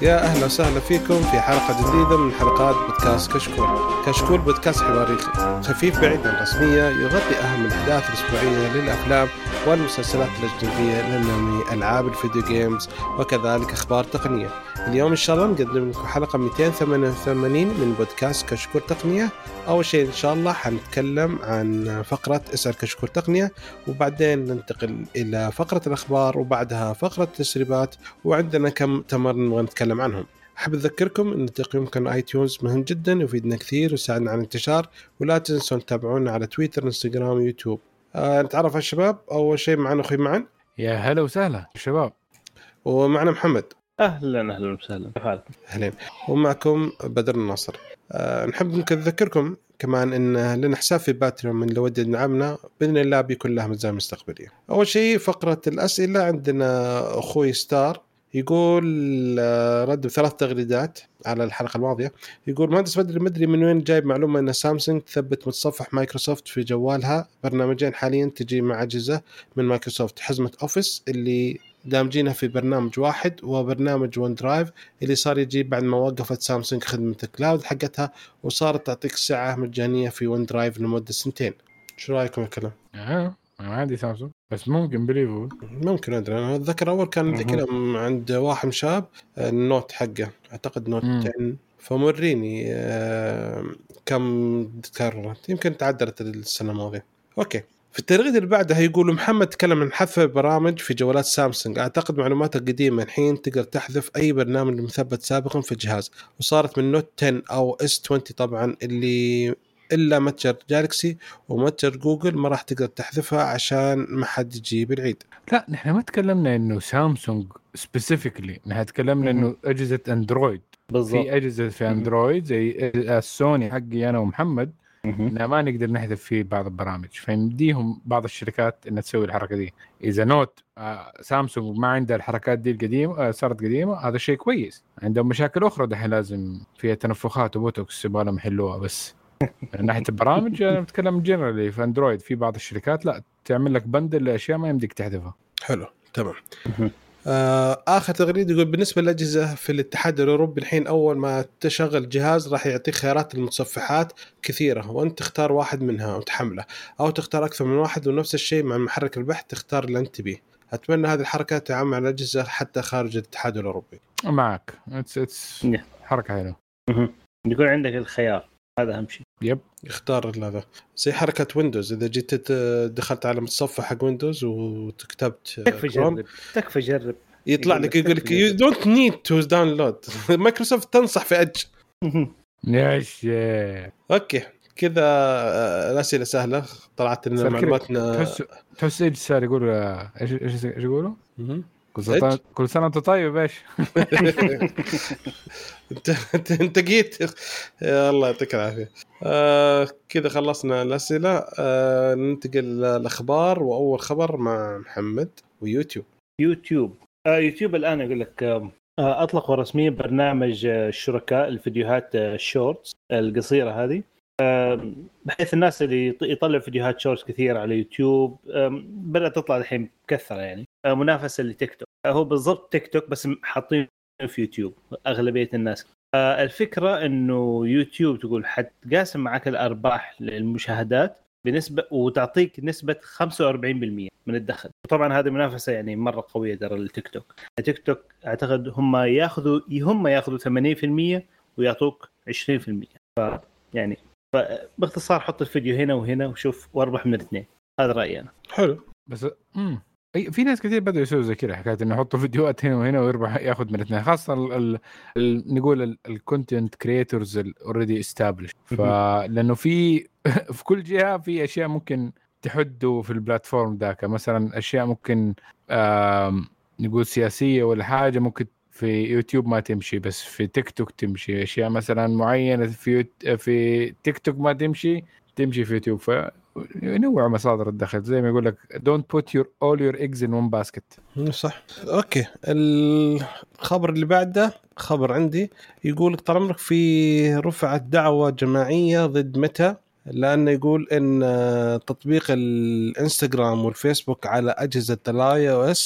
يا أهلا وسهلا فيكم في حلقة جديدة من حلقات بودكاست كشكول. كشكول بودكاست حواري خفيف بعيد عن الرسمية، يغطي أهم الأحداث الأسبوعية للأفلام والمسلسلات الأجنبية، للأنمي، ألعاب الفيديو جيمز، وكذلك أخبار تقنية. اليوم إن شاء الله نقدم لكم حلقة 288 من بودكاست كشكول تقنية. أول شيء إن شاء الله حنتكلم عن فقرة اسأل كشكول تقنية، وبعدين ننتقل إلى فقرة الأخبار، وبعدها فقرة التسريبات، وعندنا كم تمر نبغى نتكلم عنهم. أحب أذكركم أن تقييمكم آي تيونز مهم جدا ويفيدنا كثير ويساعدنا على الانتشار، ولا تنسوا تتابعونا على تويتر، انستغرام، ويوتيوب. نتعرف على الشباب. أول شيء معنا أخوي معن. يا هلا وسهلا شباب. ومعنا محمد. أهلا وسهلا. أهلين. ومعكم بدر الناصر. نحب نذكركم كمان إن لنا حساب في باتريون، من لو ودي دعمنا بإذن الله بيكون لها مزايا مستقبلية. أول شيء فقرة الأسئلة، عندنا أخوي ستار يقول رد بثلاث تغريدات على الحلقة الماضية. يقول مهندس مدري من وين جايب معلومة أن سامسونج تثبت متصفح مايكروسوفت في جوالها. برنامجين حاليا تجي مع أجهزة من مايكروسوفت، حزمة أوفيس اللي دامجينها في برنامج واحد، وبرنامج ون درايف اللي صار يجيب بعد ما وقفت سامسونج خدمة الكلاود حقتها، وصارت تعطيك ساعة مجانية في ون درايف لمدة 2 سنين. شو رأيكم الكلام؟ أنا ما عندي سامسونج بس ممكن بليفو، ممكن أدري. أنا أتذكر أول كان عندي كلام عند واحد شاب، النوت حقه أعتقد نوت 10، فمريني كم تكررت، يمكن تعدلت السنة الماضية. أوكي. في التغريدة اللي بعدها يقول محمد تكلم عن حذف برامج في جوالات سامسونج. أعتقد معلوماته قديمة، الحين تقدر تحذف أي برنامج مثبت سابقا في الجهاز، وصارت من نوت 10 أو S20 طبعا، اللي إلا متجر جالكسي ومتجر جوجل ما راح تقدر تحذفها عشان ما حد يجيب العيد. لا نحن ما تكلمنا إنه سامسونج سبيسيفيكلي، نحن تكلمنا إنه أجهزة أندرويد. بالضبط. في أجهزة في أندرويد زي السوني حقي أنا ومحمد، إنها ما نقدر نحذف فيه بعض البرامج، فنديهم بعض الشركات إنها تسوي الحركة دي. إذا نوت سامسونج ما عندها الحركات دي القديمة، صارت قديمة، هذا شيء كويس. عندهم مشاكل أخرى دحين لازم فيها تنفخات وبوتوكس يبغى لهم يحلوها، بس من ناحية البرامج أنا بتكلم جنرالي في أندرويد. في بعض الشركات لا تعمل لك بندل لأشياء ما يمديك تحذفها. حلو تمام. آخر تغريدة يقول بالنسبة للأجهزة في الاتحاد الأوروبي الحين أول ما تشغل جهاز راح يعطيك خيارات المتصفحات كثيرة، وأنت تختار واحد منها وتحمله، أو تختار أكثر من واحد، ونفس الشيء مع محرك البحث تختار اللي أنت بيه. أتمنى هذه الحركة تعم على الأجهزة حتى خارج الاتحاد الأوروبي. معك حركة حلوة. يكون عندك الخيار، هذا أهم شيء. يب اختار هذا زي حركة ويندوز، إذا جيت دخلت على متصفح حق ويندوز وكتبت تكفى جرب يطلع لك يقول لك you don't need to download. مايكروسوفت تنصح في أج. ياش. أوكي كذا. الأسئلة سهلة، طلعت لنا معلوماتنا. تحس إيش صار يقول إيش يقولوا؟ كل سنة أنت طيب إيش؟ أنت جيت. الله يعطيك العافية. كذا خلصنا الأسئلة. ننتقل للأخبار، وأول خبر مع محمد ويوتيوب. يوتيوب الآن أقول لك أطلقوا رسميا برنامج الشركاء الفيديوهات الشورتس القصيرة هذه، بحيث الناس اللي يطلع فيديوهات شورتس كثير على يوتيوب بدأت تطلع الحين بكثرة، يعني منافسة لتيك توك. هو بالضبط تيك توك بس حاطين في يوتيوب أغلبية الناس. الفكرة إنه يوتيوب تقول حتقاسم معك الأرباح للمشاهدات بنسبة، وتعطيك نسبة 45% من الدخل. وطبعا هذه منافسة يعني مرة قوية ترى للتيك توك. التيك توك أعتقد هم ياخذوا 80% ويعطوك 20%. يعني باختصار حط الفيديو هنا وهنا وشوف واربح من الاثنين. هذا رأيي أنا. حلو. بس في ناس كثير بدأوا يسووا زي كده، حكاية إنه يحطوا فيديوهات هنا وهنا ويربح ياخذ من الاثنين، خاصة نقول الكونتنت كرياتورز اوريدي استابلش. فلأنه في كل جهة في أشياء ممكن تحدوا في البلاتفورم ذاك، مثلا أشياء ممكن نقول سياسية ولا حاجة ممكن في يوتيوب ما تمشي بس في تيك توك تمشي. أشياء مثلا معينة في تيك توك ما تمشي في يوتيوب. ينوع مصادر الدخل، زي ما يقول لك don't put all your eggs in one basket. صح. أوكي. الخبر اللي بعده خبر عندي يقول طال عمرك في رفعت دعوة جماعية ضد ميتا، لأنه يقول إن تطبيق الإنستغرام والفيسبوك على أجهزة الاي او اس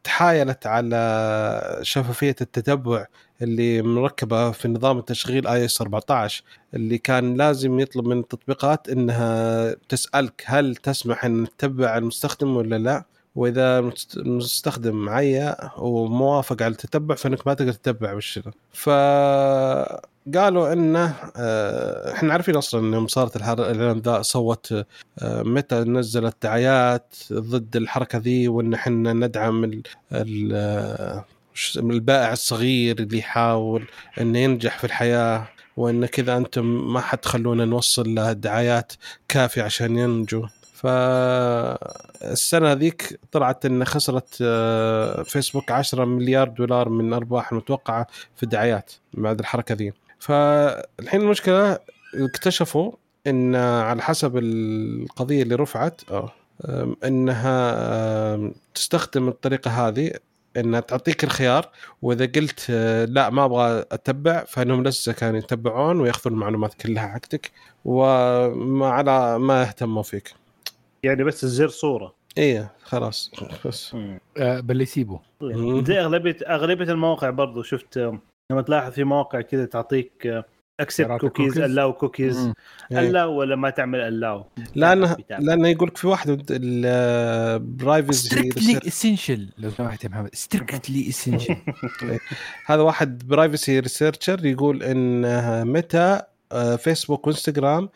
تحايلت على شفافية التتبع اللي مركبة في نظام التشغيل iOS 14 اللي كان لازم يطلب من التطبيقات إنها تسألك هل تسمح أن تتبع المستخدم ولا لا، وإذا المستخدم معي وموافق على التتبع فإنك ما تقدر تتبع بالشيء. فقالوا إنه إحنا عارفين أصلاً إنهم صارت الإعلان ذا صوت متى نزلت دعايات ضد الحركة ذي، وإن إحنا ندعم البائع الصغير اللي يحاول إنه ينجح في الحياة، وإن كذا أنتم ما حتخلونا نوصل له دعايات كافية عشان ينجو. فالسنة ذيك طلعت إن خسرت فيسبوك 10 مليار دولار من أرباح المتوقعة في الدعايات بعد الحركة ذي. فالحين المشكلة اكتشفوا إن على حسب القضية اللي رفعت إنها تستخدم الطريقة هذه إنها تعطيك الخيار، وإذا قلت لا ما أبغى أتبع فإنهم لسه كانوا يتبعون ويأخذون المعلومات كلها حقتك وما على ما يهتموا فيك. يعني بس الزر صورة إيه خلاص بس بل يسيبه. زي أغلبية المواقع برضو شفت لما تلاحظ في مواقع كذا تعطيك accept cookies allow cookies allow ولا ما تعمل allow، لأنه يقولك في واحد privacy strictly essential. لو سمحت يا محمد strictly essential. هذا واحد privacy researcher يقول إن متى فيسبوك وإنستغرام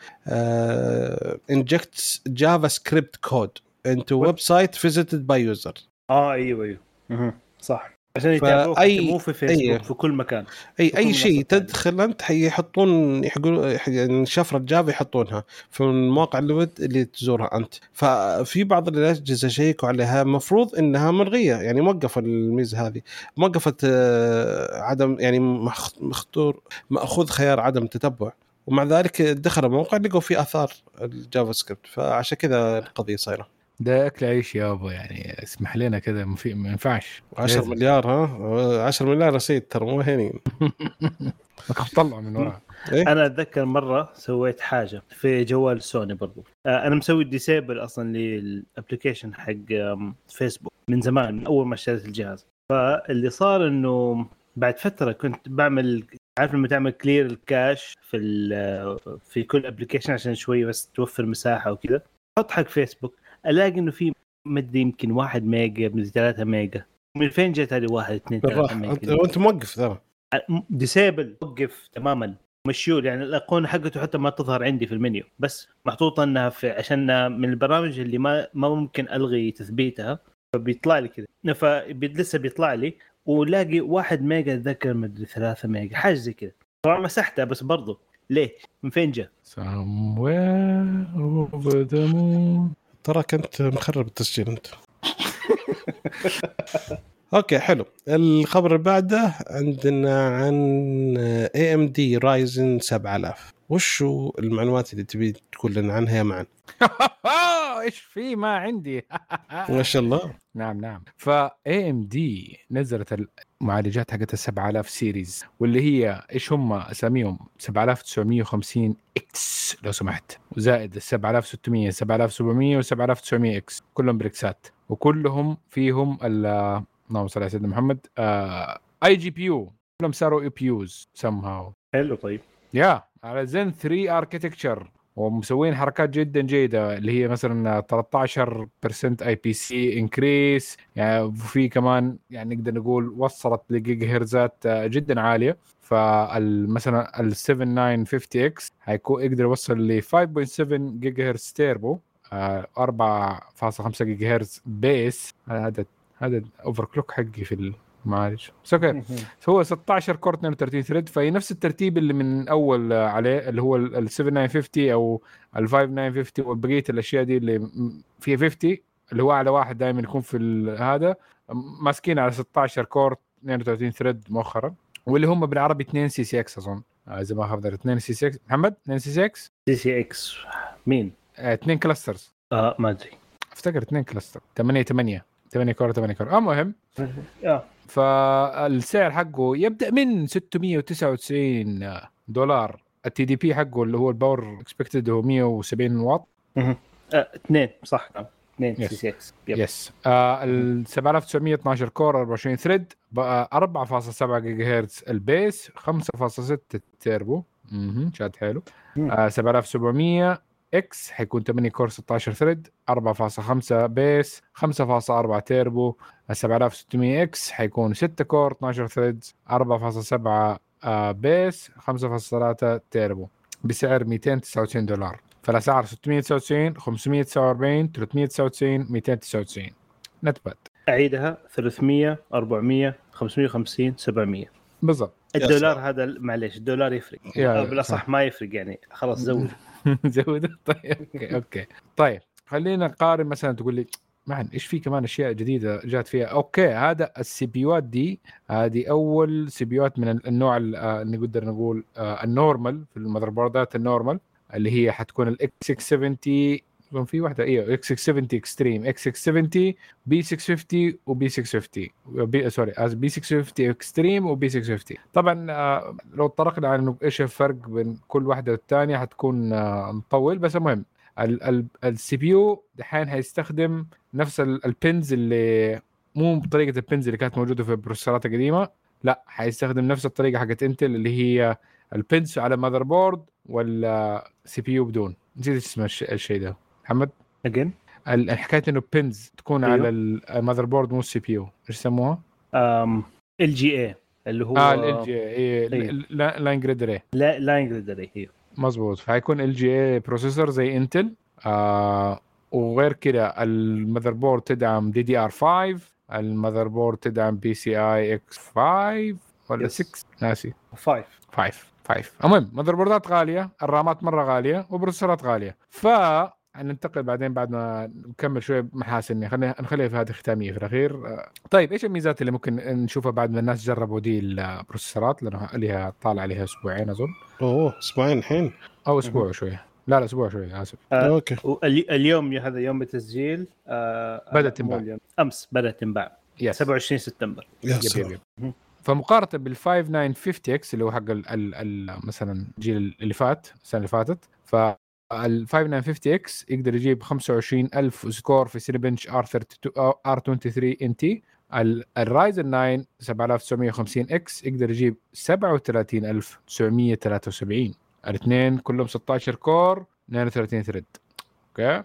injects JavaScript code into website visited by user. أيوة صح، عشان يتابعوك مو في فيسبوك في كل مكان. أي شيء تدخل أنت يحطون يعني شفرة جافا يحطونها في المواقع اللي تزورها أنت. ففي بعض الأجهزة شيكوا عليها مفروض إنها مرغية، يعني موقفة الميزة هذه، موقفة عدم يعني مأخوذ خيار عدم تتبع، ومع ذلك دخل الموقع لقوا فيه آثار الجافا سكريبت. فعشان كذا القضية صايرة. ده أكل عيش يابا، يعني اسمح لنا كذا ما ينفعش. 10 مليار 10 مليار رصيد ترى مو هينين. طلع من وراء. أنا أتذكر مرة سويت حاجة في جوال سوني برضو. أنا مسوي ديسيبل أصلا للأبليكيشن حق فيسبوك من زمان، من أول ما اشتريت الجهاز. فاللي صار إنه بعد فترة كنت بعمل، عارف لما تعمل كلير الكاش في كل أبليكيشن عشان شوية بس توفر مساحة وكذا، أحط حق فيسبوك ألاقي إنه في مدة يمكن 1 ميجا من 3 ميجا. من فين جت هذه 1 2 3 ميجا؟ وأنت موقف ترى ديسيبل وقف تماما مشيول، يعني الأيقونة حقته حتى ما تظهر عندي في المنيو، بس محطوطة أنها عشان من البرامج اللي ما ممكن ألغي تثبيتها، فبيطلع لي كذا، لسه بيطلع لي ولاقي 1 ميجا أتذكر مدري 3 ميجا حاجة زي كذا. طبعا مسحتها بس برضو ليه؟ من فين جاء؟ somewhere over the moon. ترى كنت مخرب التسجيل أنت. أوكي حلو. الخبر اللي بعده عندنا عن AMD Ryzen 7000. وشو المعلومات اللي تبي تقول لنا عنها يا معن؟ إيش في ما عندي. ما شاء الله. نعم. AMD نزلت المعالجات حقت 7000 سيريز، واللي هي إيش هم أساميهم 7950 X لو سمحت، وزائد 7600 7700 و 7900 X، كلهم بريكسات، وكلهم فيهم اللهم صل على سيدنا محمد اي جي بي يو، كلهم صاروا اي بي يوز somehow. حلو. طيب على زن 3 اركيتكتشر، ومسوين حركات جدا جيدة، اللي هي مثلا 13% اي بي سي انكريس، يعني في كمان يعني نقدر نقول وصلت لجيجا هرتزات جدا عالية. فمثلا ال 7950 اكس هيكون يقدر يوصل ل 5.7 جيجا هرتز تيربو، 4.5 جيجا هرتز بيس. هذا اوفر كلوك حقي في المعالج. هو 16 كور 32 ثريد، فهي نفس الترتيب اللي من اول عليه، اللي هو ال 7950 او ال 5950 وبقيه الاشياء دي اللي فيها 50، اللي هو على واحد دائما يكون في هذا ماسكين على 16 كور 32 ثريد مؤخرا، واللي هم بالعربي 2 سي سي اكس اظن، اذا ما خاب 2 سي سي اكس. محمد 2 سي سي اكس مين 2 كلاسترز ما ادري، افتكر 2 كلاستر 8 كور. المهم فالسعر حقه يبدأ من $699. التي دي بي حقه اللي هو الباور اكسبكتد هو 170 واط. 2 صح. 2 سي سي اكس. يس ال 7912 كور 24 ثريد 4.7 جيجا هرتز البيس 5.6 تيربو شاد حلو. 7700 اكس حيكون 8 كور 16 ثريد 4.5 بيس 5.4 تيربو. 7600 اكس حيكون 6 كور 12 ثريد 4.7 بيس 5.3 تيربو بسعر $299. فالاسعار 699 549 399 299 نتبت. اعيدها 300 400 550 700 بالضبط. الدولار هذا معليش الدولار يفرق بلا صح ما يفرق يعني خلاص زود زود. طيب اوكي طيب خلينا نقارن مثلا تقول لي معن ايش في كمان اشياء جديده جات فيها. اوكي هذا السي بي يوات دي هذه اول سي بي يوات من النوع اللي نقدر نقول النورمال في المذر بوردات النورمال اللي هي حتكون الاكس 670 يكون في واحده ايوه اكس 670 اكستريم اكس 670 بي 650 وبي 650 سوري بي 650 اكستريم وبي 650. طبعا لو طرقنا على انه ايش الفرق بين كل واحده والثانيه حتكون مطول بس المهم السي بي يو دحين حيستخدم نفس البنز اللي مو بطريقه البنز اللي كانت موجوده في البروسيسورات القديمه لا حيستخدم نفس الطريقه حقت انتل اللي هي البنز على ماذر بورد ولا سي بي يو بدون. نسيت اسم الشيء ده محمد اجين الحكايه انه بنز تكون أيوه. على الماذر بورد مو السي بي يو ايش يسموها ال جي اي اللي هو ال جي اي لاين جريد اري لا لاين جريد اري هي مظبوط. فحيكون ال جي اي بروسيسور زي انتل وغير كده المذر بورد تدعم دي دي ار 5 المذر بورد تدعم بي سي اي اكس 5 ولا 6 ناسي 5 المهم مذر بوردات غاليه الرامات مره غاليه وبروسيسورات غاليه. ننتقل بعدين بعد ما نكمل شويه محاسن نخليها في هذه ختاميه في الاخير. طيب ايش الميزات اللي ممكن نشوفها بعد ما الناس جربوا دي البروسيسورات لانه لها طالع عليها اسبوعين اظن اسبوعين الحين او اسبوع شويه لا اسبوع شويه اسف. اوكي اليوم هذا يوم التسجيل بدأت تنباع امس بدأت تنباع 27 سبتمبر. يب. فمقارنه بال 5950 اكس اللي هو حق مثلا الجيل اللي فات السنه اللي فاتت ال 5950 اكس يقدر يجيب 25000 سكور في سينيبنش R23 NT. الرايزن 9 7950 اكس يقدر يجيب 37973. الاثنين كلهم 16 كور 32 ثريد. اوكي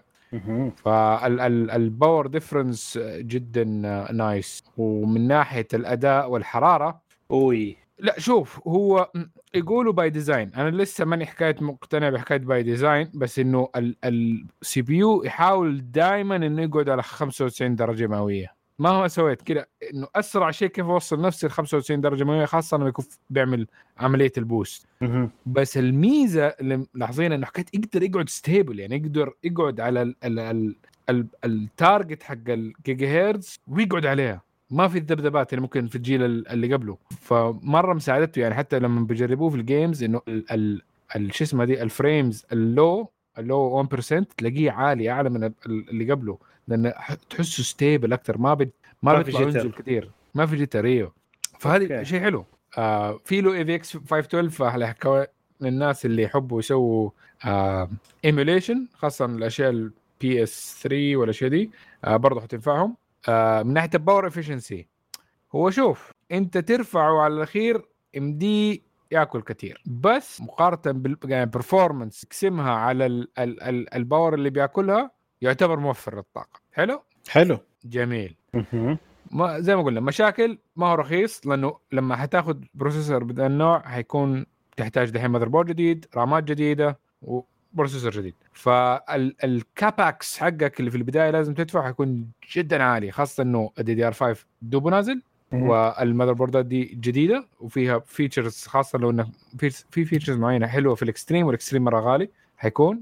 فالباور ديفرنس جدا نايس. ومن ناحيه الاداء والحراره لا شوف هو يقولوا باي ديزاين انا لسه ماني حكايه مقتنع بحكايه باي ديزاين بس انه السي بي يو يحاول دائما انه يقعد على 95 درجه مئويه. ما هو سويت كده انه اسرع شيء كيف اوصل نفس ال 95 درجه مئويه خاصه لما يكون بيعمل عمليه البوست. بس الميزه اللي ملاحظين انه حكايه يقدر يقعد ستيبل يعني يقدر يقعد على التارجت حق الجيجا هرتز ويقعد عليها ما في الذبذبات اللي ممكن في الجيل اللي قبله. فمره مساعدته يعني حتى لما بيجربوه في الجيمز انه شو اسمه دي الفريمز اللو 1% تلاقيه عالي اعلى من اللي قبله لان تحسه ستيبل اكثر ما بيطلع ينزل كثير ما في جيتر. فهذا شيء حلو. في له AVX 512 فحكوا للناس اللي يحبوا يسووا ايميوليشن خاصه الاشياء البي اس 3 والاشياء دي برضه حتنفعهم. من ناحيه الباور افيشنسي هو شوف انت ترفعه على الاخير MD ياكل كثير بس مقارنه بالبرفورمانس تقسمها على الباور اللي بياكلها يعتبر موفر للطاقه. حلو جميل. ما زي ما قلنا مشاكل ما هو رخيص لانه لما حتاخد بروسيسور بهذا النوع حيكون تحتاج دحين ماذر بورد جديد رامات جديده وبروسيسور جديد. فالكاباكس حقك اللي في البدايه لازم تدفع حيكون جدا عالي خاصه انه DDR5 دوبو نازل والماذر بوردات دي جديده وفيها فيتشرز خاصه لو انه في فيتشرز معينه حلوه في الاكستريم والاكستريم مره غالي حيكون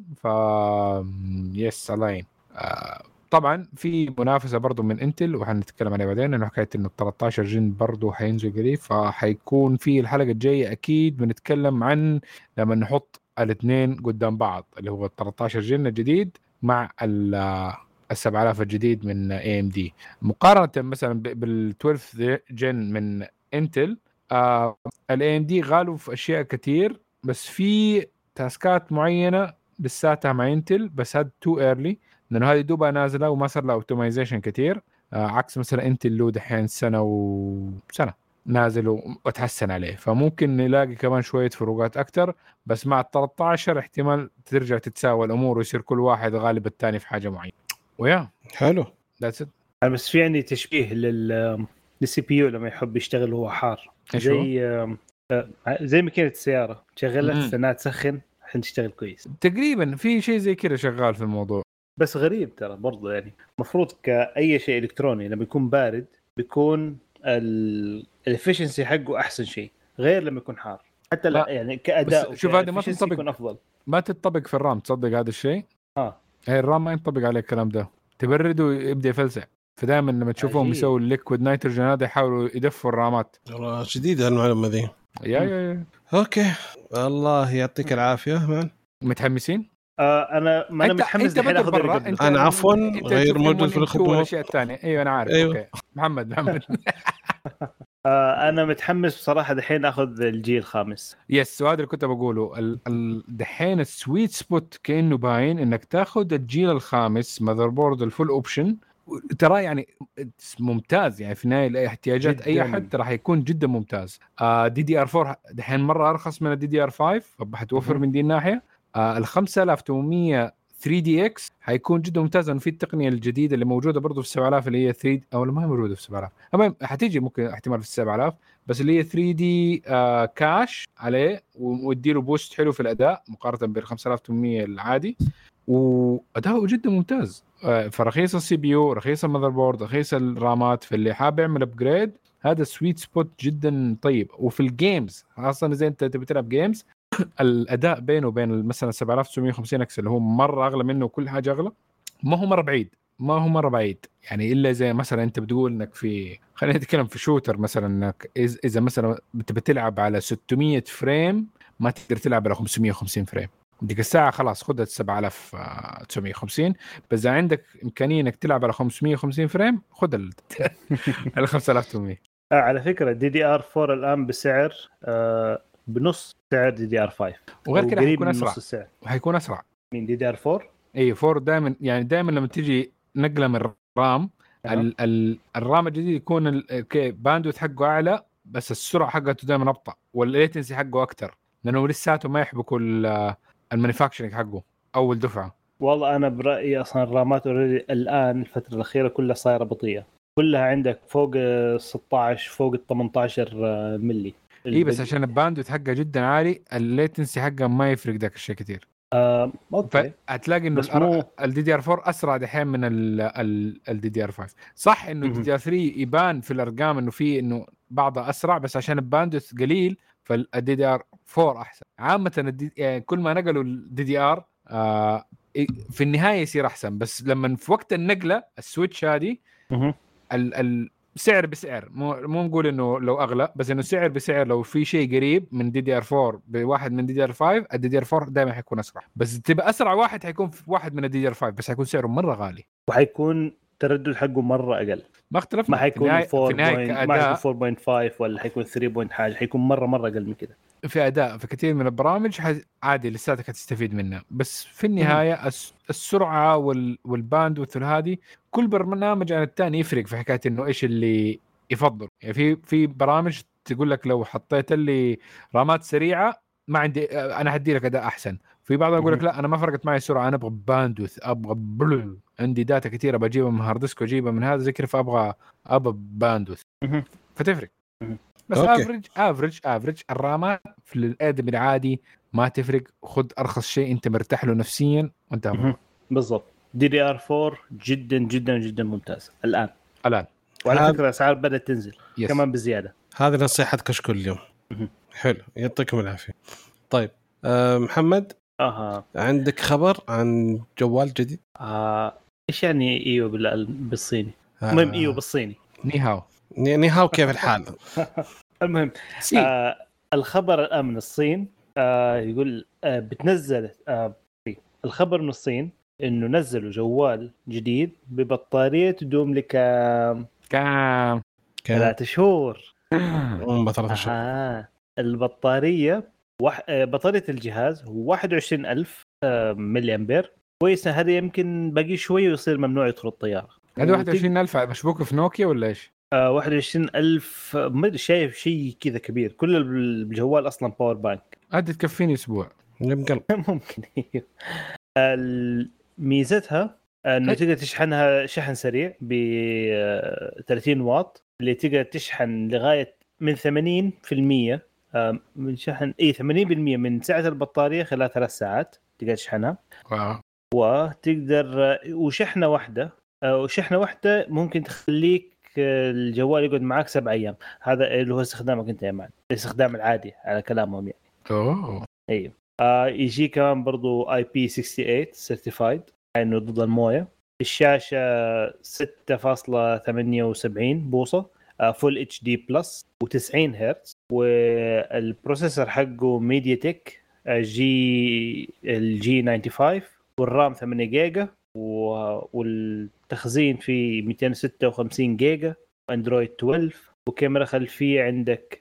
يس الله طبعا في منافسه برضو من انتل وحنتكلم عليها بعدين انه حكايه انه 13 جن برضو حينزل قريب فحيكون في الحلقه الجايه اكيد بنتكلم عن لما نحط الاثنين قدام بعض اللي هو 13 جن الجديد مع ال 7000 الجديد من AMD مقارنه مثلا بال 12 جن من انتل. ال AMD غالوا في اشياء كتير بس في تاسكات معينه لساتها مع انتل بس هاد تو ايرلي لانه هذه دوبها نازله وما صار لها اوبتمايزيشن كثير، عكس مثلا انت اللي دحين سنه وسنه نازل وتحسن عليه، فممكن نلاقي كمان شويه فروقات اكثر. بس مع ال 13 احتمال ترجع تتساوى الامور ويصير كل واحد غالب الثاني في حاجه معينه. ويا حلو. ذاتس ات. بس في عندي تشبيه للسي بي يو لما يحب يشتغل وهو حار، زي ماكينه السياره شغلت استناها تسخن عشان تشتغل كويس. تقريبا في شيء زي كذا شغال في الموضوع. بس غريب ترى برضه، يعني مفروض كأي شيء إلكتروني لما يكون بارد بيكون الافشنسي حقه أحسن شيء، غير لما يكون حار. حتى لا يعني كأداء شوف هذا ما تنطبق، يكون أفضل. ما تطبق في الرام، تصدق هذا الشيء؟ هي الرام ما ينطبق عليه الكلام ده، تبرده يبدأ يفلسع. فدائما لما تشوفهم يسووا الليكويد نيتروجين هذا يحاولوا يدفوا الرامات. والله جديدة المعلومة ذي. يا اوكي الله يعطيك العافية مان. متحمسين؟ انا ما انا متحمس الحين اخذ انا عفوا غير موجود في الخطوه والاشياء الثانيه. ايوه انا عارف. أيوه. اوكي محمد انا متحمس بصراحه دحين اخذ الجيل الخامس. يس، وهذا اللي كنت بقوله. دحين السويت سبوت كانه باين انك تاخذ الجيل الخامس ماذر بورد الفول اوبشن، ترى يعني ممتاز. يعني في النهايه احتياجات اي احد راح يكون جدا ممتاز. دي دي ار 4 دحين مره ارخص من الدي دي ار 5، فحتوفر من دي الناحيه. ال 5800 3DX حيكون جدا ممتاز، لانه في التقنيه الجديده اللي موجوده برضو في 7000 اللي هي 3 او ما هي موجوده في 7000، المهم حتيجي ممكن احتمال في 7000، بس اللي هي 3D كاش عليه ويديله بوست حلو في الاداء مقارنه بال 5800 العادي، واداؤه جدا ممتاز. فرخيص السي بي يو، رخيص المذر بورد، رخيص الرامات، في اللي حابب يعمل ابجريد هذا سويت سبوت جدا طيب. وفي الجيمز خاصه اذا انت تبي تلعب جيمز الاداء بينه وبين مثلا 7950 اكس اللي هو مره اغلى منه وكل حاجه اغلى، ما هو مره بعيد يعني. الا زي مثلا انت بتقول انك في، خلينا نتكلم في شوتر مثلا، انك اذا مثلا بتلعب على 600 فريم ما تقدر تلعب على 550 فريم، ديك الساعه خلاص خدها 7950. بس اذا عندك امكانيه انك تلعب على 550 فريم خد ال 5800. على فكره دي دي ار 4 الان بسعر بنص سعر دي دي ار 5، وغير كده حيكون اسرع، وحيكون اسرع من دي دي ار 4. اي 4 دائما يعني دائما لما تيجي نقله من الرام الرام الجديد يكون باندوث حقه اعلى، بس السرعه حقته دائما ابطا، والليتنسي حقه اكثر، لانه لساته ما يحبكوا المانيفاكتشرنج حقه اول دفعه. والله انا برايي اصلا الرامات الان الفتره الاخيره كلها صايره بطيئه، كلها عندك فوق 16 فوق 18 ملي. اي بس عشان الباندوث حقه جدا عالي الليتنسي حقه ما يفرق ذاك الشيء كثير. اوكي. فهتلاقي انه الدي دي ار 4 اسرع دحين من الدي دي ار 5. صح انه الدي دي ار 3 يبان في الارقام انه في انه بعضها اسرع، بس عشان الباندوث قليل فالدي دي ار 4 احسن عامه. يعني كل ما نقلوا الدي دي ار في النهايه يصير احسن، بس لما في وقت النقله السويتش هذه سعر بسعر، مو نقول انه لو اغلى، بس انه سعر بسعر. لو في شيء قريب من دي دي ار 4 بواحد من دي دي ار 5، الدي دي ار 4 دائما حيكون اسرع، بس تبقى اسرع واحد حيكون في واحد من الدي دي ار 5، بس حيكون سعره مره غالي وحيكون تردد حقه مره اقل. ما اختلفنا، ما حيكون 4.5 4.5 ولا حيكون 3 حاجه، حيكون مره اقل من كده في اداء. في كثير من البرامج عادي لساتك هتستفيد منها، بس في النهايه السرعه والباندوث هذه كل برنامج عن الثاني يفرق في حكايه انه ايش اللي يفضل. يعني في برامج تقول لك لو حطيت لي رامات سريعه ما عندي انا هدي لك اداء احسن، في بعضهم يقول لك لا انا ما فرقت معي السرعه، انا ابغى باندوث، ابغى عندي داتا كثيره بجيبها من هارد ديسك واجيبها من هذا ذكر، فابغى باندوث فتفرق. بس افريج الرامات في الادم العادي ما تفرق، خذ ارخص شيء انت مرتاح له نفسيا وانت بالضبط. دي دي ار 4 جدا جدا جدا ممتاز الان وعلى فكره الاسعار بدات تنزل كمان بزياده. هذه نصيحه كشكول اليوم. حلو يعطيكم العافيه. طيب محمد عندك خبر عن جوال جديد؟ ايش يعني ايوه بالصيني؟ المهم ايوه بالصيني ني هاو كيف الحال؟ المهم الخبر الان من الصين يقول بتنزل الخبر من الصين انه نزلوا جوال جديد ببطاريه تدوم لك كام 3 شهور. 3 شهور. البطاريه بطاريه الجهاز هو 21000 ملي امبير، كويسه. هذا يمكن باقي شوي ويصير ممنوع يدخل الطياره. هذا 21,000 مشبوكه في نوكيا ولا ايش؟ 21,000 ما ادري، شايف شيء كذا كبير. كل الجوال اصلا باور بانك. هذه تكفيني اسبوع. ممكن. ميزتها انه تقدر تشحنها شحن سريع ب 30 واط، اللي تقدر تشحن لغايه من 80% من شحن 80% من سعه البطاريه خلال 3 ساعات تقدر تشحنها. وتقدر وشحنه واحده ممكن تخليك الجوال يقعد معك 7 أيام. هذا اللي هو استخدامك انت يا مان، الاستخدام العادي على كلامهم يعني. ايوه. يجي كمان برضو IP68 سيرتيفايد انه ضد المويه. الشاشه 6.78 بوصه، فول اتش دي بلس و90 هرتز. والبروسيسور حقه ميديا تك الجي 95، والرام 8 جيجا، والتخزين فيه 256 جيجا، اندرويد 12. وكاميرا خلفيه عندك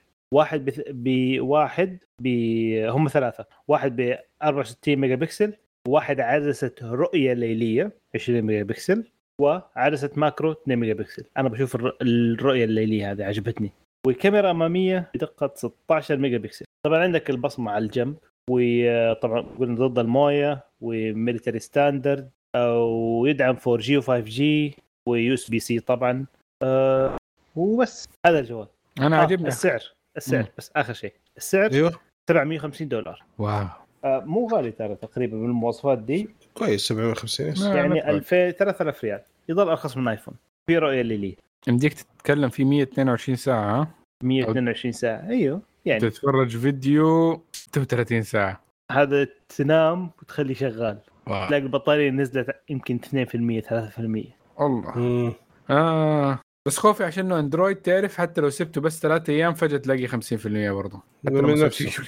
هم 3، واحد ب 64 ميجا بكسل، وواحد عدسة رؤية ليلية 20 ميجا بكسل، وعدسة ماكرو 2 ميجا بكسل. أنا بشوف الرؤية الليلية هذه عجبتني. وكاميرا أمامية بدقة 16 ميجا بكسل. طبعا عندك البصمة على الجنب، وطبعا قلنا ضد المويه وميليتري ستاندرد، ويدعم 4G و 5G ويو اس بي سي طبعا. وبس هذا الجوال. انا عجبني السعر بس اخر شيء السعر. ايوه $750. واو. مو غالي ترى، تقريبا بالمواصفات دي كويس. 750 يعني 2000 3000 ريال. يضل ارخص من ايفون. في رؤيه اللي عندك تتكلم في 122 ساعه 122 ساعه. ايوه يعني تتفرج فيديو 36 ساعه. هذا تنام وتخلي شغال. تلاقي البطاريه نزلت يمكن 2% 3%. الله. بس خوفي عشان انه اندرويد تعرف، حتى لو سبته بس 3 ايام فجاه تلاقي 50% برضه من نفسه.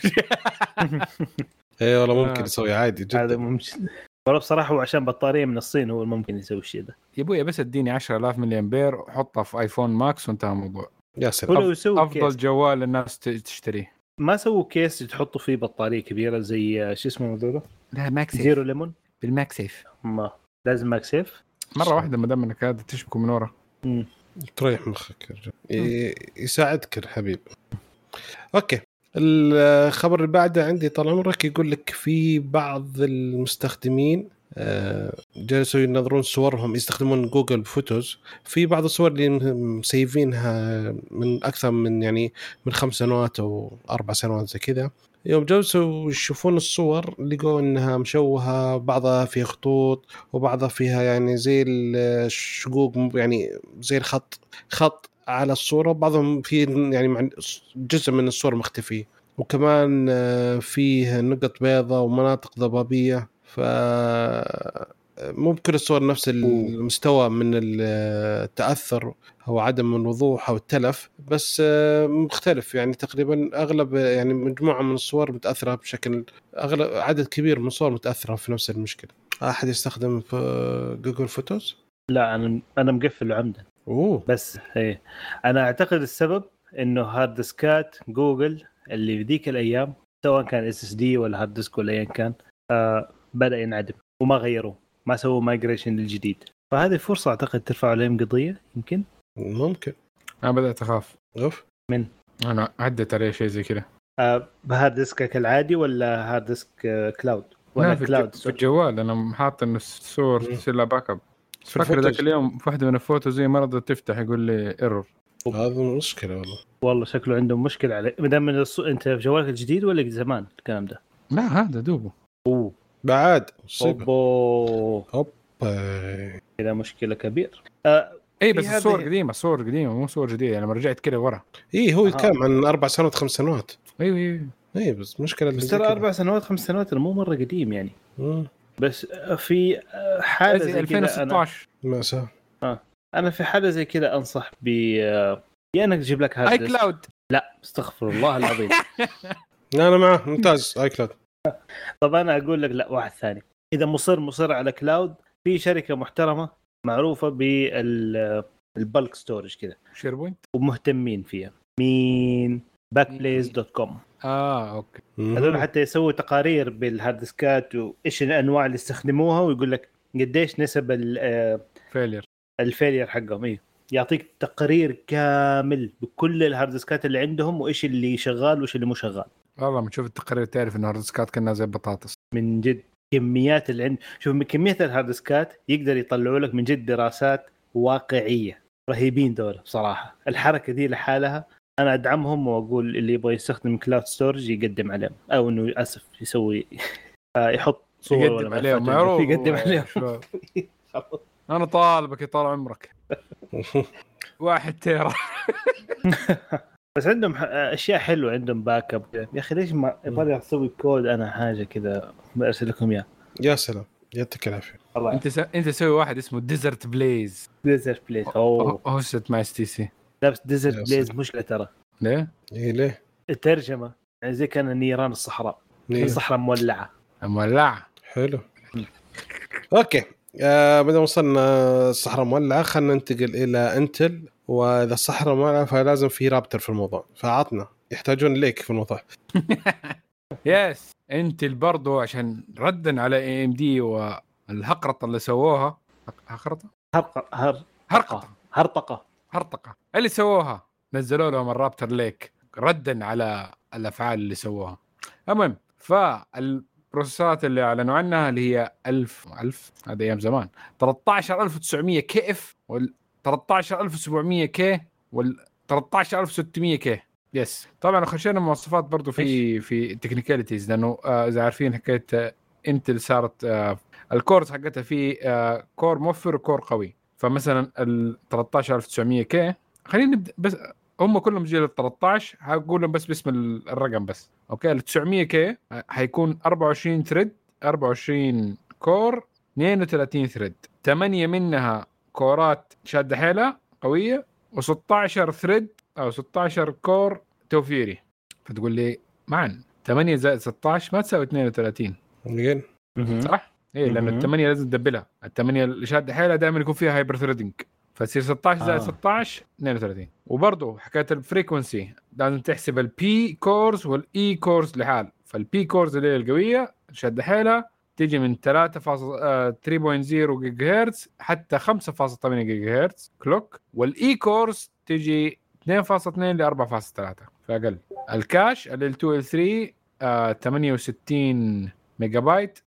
اي والله ممكن يسوي عادي جدا. هذا ممكن والله بصراحه. وعشان بطاريه من الصين هو ممكن يسوي الشيء ده. يا ابويا بس اديني 10,000 ملي امبير وحطها في ايفون ماكس وانتهى الموضوع. يا سلام. افضل جوال الناس تشتريه. ما سووا كيس تحطوا فيه بطاريه كبيره زي شو اسمه هذول؟ لا ماكسيف. زيرو ليمون بالماكسيف. ما لازم ماكسيف مره واحده ما دام انك هذا تشبكه من ورا. تريح مخك يساعدك الحبيب. اوكي. الخبر اللي بعده عندي طال عمرك يقول لك في بعض المستخدمين جالسوا ينظرون صورهم، يستخدمون جوجل فوتوز في بعض الصور اللي مسيفينها من أكثر من يعني من 5 سنوات أو 4 سنوات زي كذا. يوم جلسوا يشوفون الصور لقوا إنها مشوهة، بعضها فيها خطوط وبعضها فيها يعني زي الشقوق، يعني زي خط على الصورة، وبعضهم في يعني جزء من الصور مختفي، وكمان فيه نقط بيضاء ومناطق ضبابية. مو بكل الصور نفس المستوى من التأثر أو عدم الوضوح أو التلف، بس مختلف يعني تقريبا أغلب يعني مجموعة من الصور متأثرة بشكل، أغلب عدد كبير من الصور متأثرة في نفس المشكلة. أحد يستخدم في جوجل فوتوز؟ لا أنا مقفل عمدا. بس هي أنا أعتقد السبب إنه هارد ديسكات جوجل اللي في ذيك الأيام سواء كان SSD ولا هارد ديسك ولا أيا كان بدأ ينعدم وما غيروه، ما سووا مايجريشن للجديد. فهذه فرصة أعتقد ترفع عليهم قضية. ممكن أنا بدأت أخاف. من أنا عدت عليه شيء زي كده. بهارد ديسكك العادي ولا هارد ديسك كلاود؟ ولا كلاود في الجوال. أنا حاط إنه الصور تصير لها باك اب. فكر ذاك اليوم في واحدة من الفوتو زي ما رضت تفتح يقول لي ايرور. هذا مشكلة والله شكله عندهم مشكلة عليه. مدام من انت في جوالك الجديد ولا زمان الكلام ده؟ لا هذا دوبه. بعد كذا مشكلة كبير. اي بس الصور قديمة مو صور جديدة. يعني لما رجعت كده ورا هو يتكلم عن 4 سنوات 5 سنوات. ايوه بس مشكلة بس ترى 4 سنوات 5 سنوات مو مرة قديم يعني. بس في حالة زي 2016 مثلا أنا في حالة زي كذا أنصح يا أنك تجيب لك هارد اي كلاود. لا استغفر الله العظيم. أنا معه ممتاز اي كلاود. طب أنا أقول لك لا، واحد ثاني. إذا مصر على كلاود، في شركة محترمة معروفة بالبلك ستورج كذا، شيربوينت، ومهتمين فيها. مين؟ backblaze.com. اوكي. هذول حتى يسووا تقارير بالهارد ديسكات وايش الانواع اللي استخدموها ويقول لك قديش نسب الفيلير حقهم. ايه يعطيك تقرير كامل بكل الهارد ديسكات اللي عندهم وايش اللي شغال وايش اللي مو شغال. والله من تشوف التقرير تعرف ان الهارد ديسكات كنا زي بطاطس من جد. كميات اللي عند شوف من كمية الهارد ديسكات يقدر يطلعوا لك من جد دراسات واقعية رهيبين دول بصراحة. الحركة دي لحالها أنا أدعمهم وأقول اللي يبغى يستخدم كلاود ستورج يقدم عليهم أو إنه أسف يسوي يحط صور يقدم عليهم معروف يقدم عليهم. أنا طالبك يطال عمرك 1 تيرا. بس عندهم أشياء حلوة. عندهم باك اب يا أخي ليش ما يبغى أسوي كود أنا حاجة كذا برسل لكم إياه. يا سلام يعطيك العافية. أنت سوي واحد اسمه ديزرت بليز. ديزرت بليز هوست مع STC. لا بس ديزرت بليز مشكلة ترى. ليه؟ إيه ليه؟ الترجمة يعني زي كان نيران الصحراء. الصحراء مولعة. حلو. أوكي بدنا وصلنا الصحراء مولعة خلنا ننتقل إلى انتل. وإذا الصحراء مولعة فلازم في رابتر في الموضوع فعطنا يحتاجون ليك في الموضوع. يس انتل برضو عشان ردا على AMD والهقرطة اللي سووها. هرطقة اللي سووها نزلوا لهم الرابتر ليك ردا على الأفعال اللي سووها. المهم فالبروسيسات اللي أعلنوا عنها اللي هي 1000 هذا أيام زمان 13900 KF وال 13700K وال 13600K. يس طبعا خشينا مواصفات برضو في تكنيكاليتيز لأنه إذا عارفين حكاية انتل صارت الكورز حقتها في كور موفر وكور قوي. فمثلا ال 13900K خلينا نبدا بس هم كلهم جيل 13 هقول لهم بس باسم الرقم بس. اوكي ال 900K حيكون 24 ثريد 24 كور 32 ثريد 8 منها كورات شاده حيلها قويه و16 ثريد او 16 كور توفيري. فتقول لي معا 8 زائد 16 ما تساوي 32 صح؟ ايه لان ال8 لازم تدبلها. ال8 اللي شاده حيلها دائما يكون فيها هايبر ثريدنج فتصير 16 زائد 16 32. وبرضه حكايه الفريكونسي لازم تحسب البي كورز والاي كورز لحال. فالبي كورز اللي هي القويه شاده حيلها تيجي من 3.0 جيجا هرتز حتى 5.8 جيجا هرتز كلوك. والاي كورز تيجي 2.2 ل 4.3 فاقل. الكاش ال 2 ل 3 68 ميجا بايت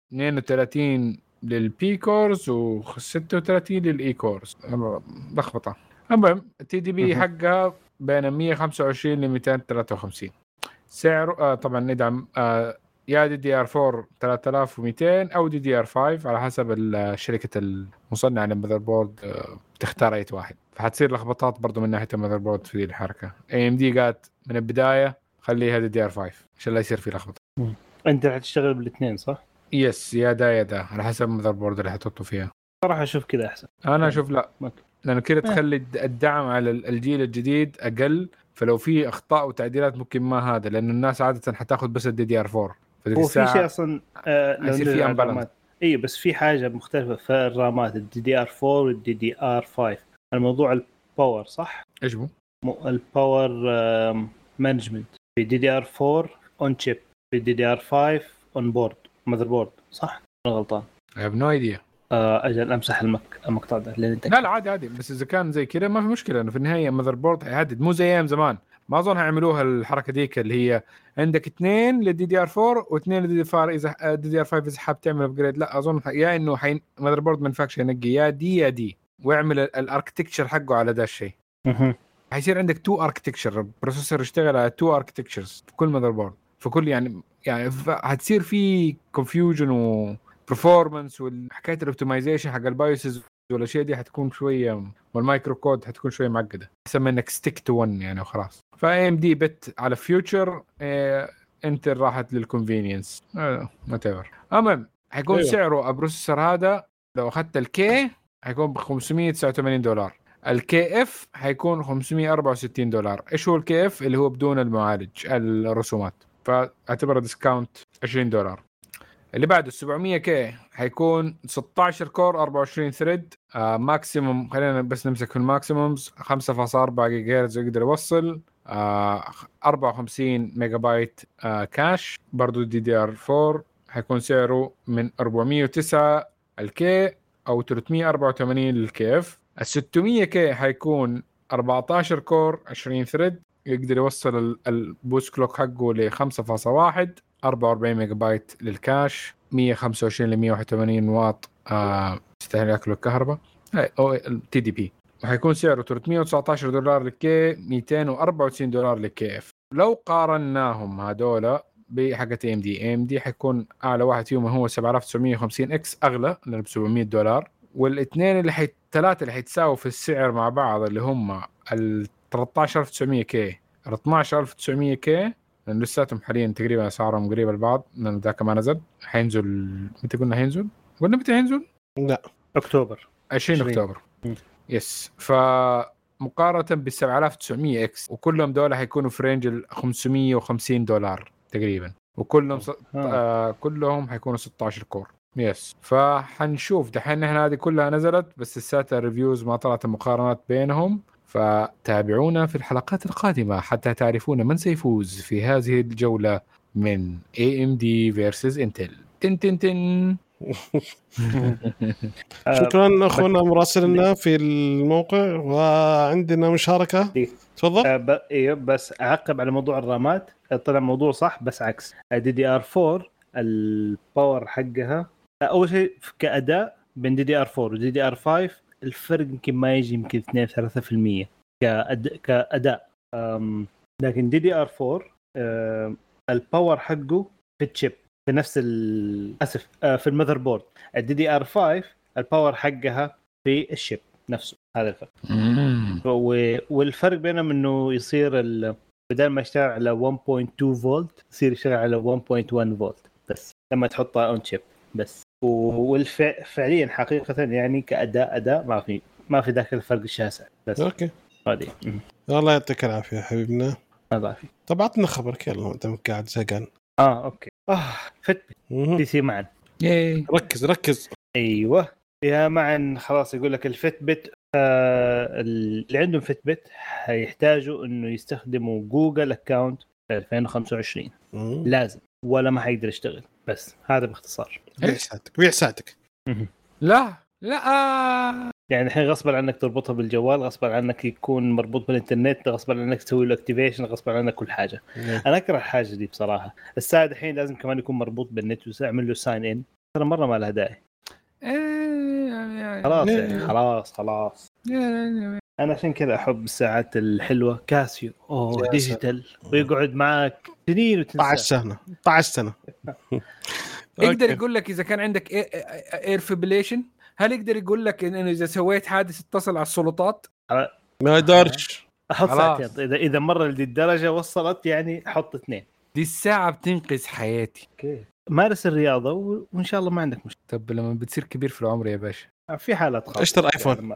32 للبي كورز و36 للاي كورز لخبطه. المهم التي دي بي حقها بين 125 ل 253. سعره طبعا ندعم يا DDR4 3200 او DDR5 على حسب شركه المصنع للمذر بورد تختار اي واحد. فحتصير لخبطات برضو من ناحيه المذر بورد في الحركه. AMD قالت من البدايه خليها DDR5 عشان لا يصير في لخبطه. انت حتشتغل بالاثنين صح؟ يس يا دا على حسب المذر بورد اللي حتحطه فيها. صراحه اشوف كذا احسن. انا اشوف لا لانه كده تخلي الدعم على الجيل الجديد اقل. فلو في اخطاء وتعديلات ممكن ما هذا لانه الناس عاده حتاخذ بس DDR4. هو في شيء اصلا لو في امبالانس. اي بس في حاجه مختلفه في الرامات DDR4 والDDR5. الموضوع الباور صح؟ ايش هو؟ الباور مانجمنت في DDR4 اون شيب في DDR5 اون بورد ماذر بورد صح؟ انا غلطان؟ I have no idea. اجل امسح المقطع ده لا عادي بس اذا كان زي كذا ما في مشكله انه في النهايه ماذر بورد حيحدد مو زي ايام زمان. ما اظن هيعملوها الحركه ديك اللي هي عندك 2 للDDR4 و2 للDDR5 اذا DDR5 اذا حاب تعمل ابجريد. لا اظن يا انه ماذر بورد مانفاكتشر ينقي يا دي ويعمل الاركتكتشر حقه على ذا الشيء. حيصير عندك 2 اركتكتشر بروسيسور يشتغل على 2 اركتكتشرز في كل ماذر بورد فكل يعني هتصير في كونفيوجن و performance والحكايه الاوبتمايزيشن حق البايوسز والاشياء دي حتكون شويه والمايكرو كود حتكون شويه معقده احسن من انك ستيك تو 1 يعني وخلاص. فAMD بت على فيوتشر انت راحت للكونفينينس whatever. المهم حيكون سعره البروسيسور هذا لو اخذت الكي حيكون ب $589. الكي اف حيكون $564. ايش هو الكي اف اللي هو بدون المعالج الرسومات فاعتبره ديسكاونت $20. اللي بعده 700K حيكون 16 كور 24 ثريد ماكسيموم. خلينا بس نمسك في الماكسيمومز 5.4 جيجا هرتز يقدر يوصل 54 ميجا بايت كاش برضو DDR4 حيكون سعره من 409 الكي او 384 الكيف. ال 600 كي حيكون 14 كور 20 ثريد، يقدر يوصل البوست كلوك حقه ل 5.1، 44 ميجا بايت للكاش، 125 ل 181 واط استهلاك للكهرباء او تي دي بي. وحيكون سعره $319 للكي، $294 للكي اف. لو قارناهم هذول بحقة AMD حيكون اعلى واحد فيهم هو 7950 اكس اغلى لانه $700، والاثنين الثلاثه اللي حيتساووا في السعر مع بعض اللي هم ال 13900 كي 12900 كي، لأن لساتهم حاليا تقريبا اسعارهم قريبه لبعض لأن ذاك ما نزل. حينزل متى قلنا حينزل؟ قلنا متى حينزل؟ لا اكتوبر 20 اكتوبر. يس. فمقارنه بال 7900 اكس وكلهم دول حيكونوا في رينج ال $550 تقريبا، وكلهم كلهم حيكونوا 16 كور. يس. فحنشوف دحين احنا هذه كلها نزلت بس لساتها ريفيوز ما طلعت المقارنات بينهم، فتابعونا في الحلقات القادمة حتى تعرفون من سيفوز في هذه الجولة من AMD versus Intel. تن تن تن. شكرا اخونا مراسلنا في الموقع، وعندنا مشاركة. تفضل. ايوه بس اعقب على موضوع الرامات، طلع موضوع صح بس عكس. DDR4 الباور حقها اول شيء كأداء بين DDR4 و DDR5 الفرق يمكن ما يجي يمكن 2-3% كأداء. لكن DDR4 الباور حقه في الشيب في نفس اسف في المذر بورد. DDR5 الباور حقها في الشيب نفسه، هذا الفرق. والفرق بينهم انه يصير بدل ما يشتغل على 1.2 فولت يصير يشتغل على 1.1 فولت بس لما تحطها اون شيب بس. وفعليا حقيقة يعني كأداء ما في ذاك الفرق الشاسع بس. اوكي هذه الله يعطيك العافية حبيبنا. الله يعافيك. طب عطنا خبرك يلا انت قاعد زهقان. اوكي فتبت دي سي معا. ركز ايوه يا معا. خلاص يقول لك الفتبت اللي عندهم فتبت هيحتاجوا انه يستخدموا جوجل اكاونت في 2025 لازم، ولا ما حيقدر يشتغل. بس هذا باختصار. بيع ساعتك. لا يعني الحين غصبا عنك تربطها بالجوال، غصبا عنك يكون مربوط بالإنترنت، غصبا عنك تسوي له اكتيفيشن، غصبا عنك كل حاجة. أنا أكره الحاجة دي بصراحة. الساعة الحين لازم كمان يكون مربوط بالنت وأعمل له ساين إن، ترى مرة ما لها داعي. خلاص يعني خلاص. أنا عشان كذا أحب الساعات الحلوة كاسيو ديجيتال ويقعد معك سنين وتنسى. 12 سنة. يقدر يقول لك إذا كان عندك اير فيبريليشن، هل يقدر يقول لك إنه إذا سويت حادث اتصل على السلطات؟ ما يقدرش. أحط ساعتين إذا مرة لدي الدرجة وصلت يعني أحط 2. دي الساعة بتنقذ حياتي. مارس الرياضة وإن شاء الله ما عندك مشكلة. طب لما بتصير كبير في العمر يا باشا في حالات خاصة اشتري ايفون.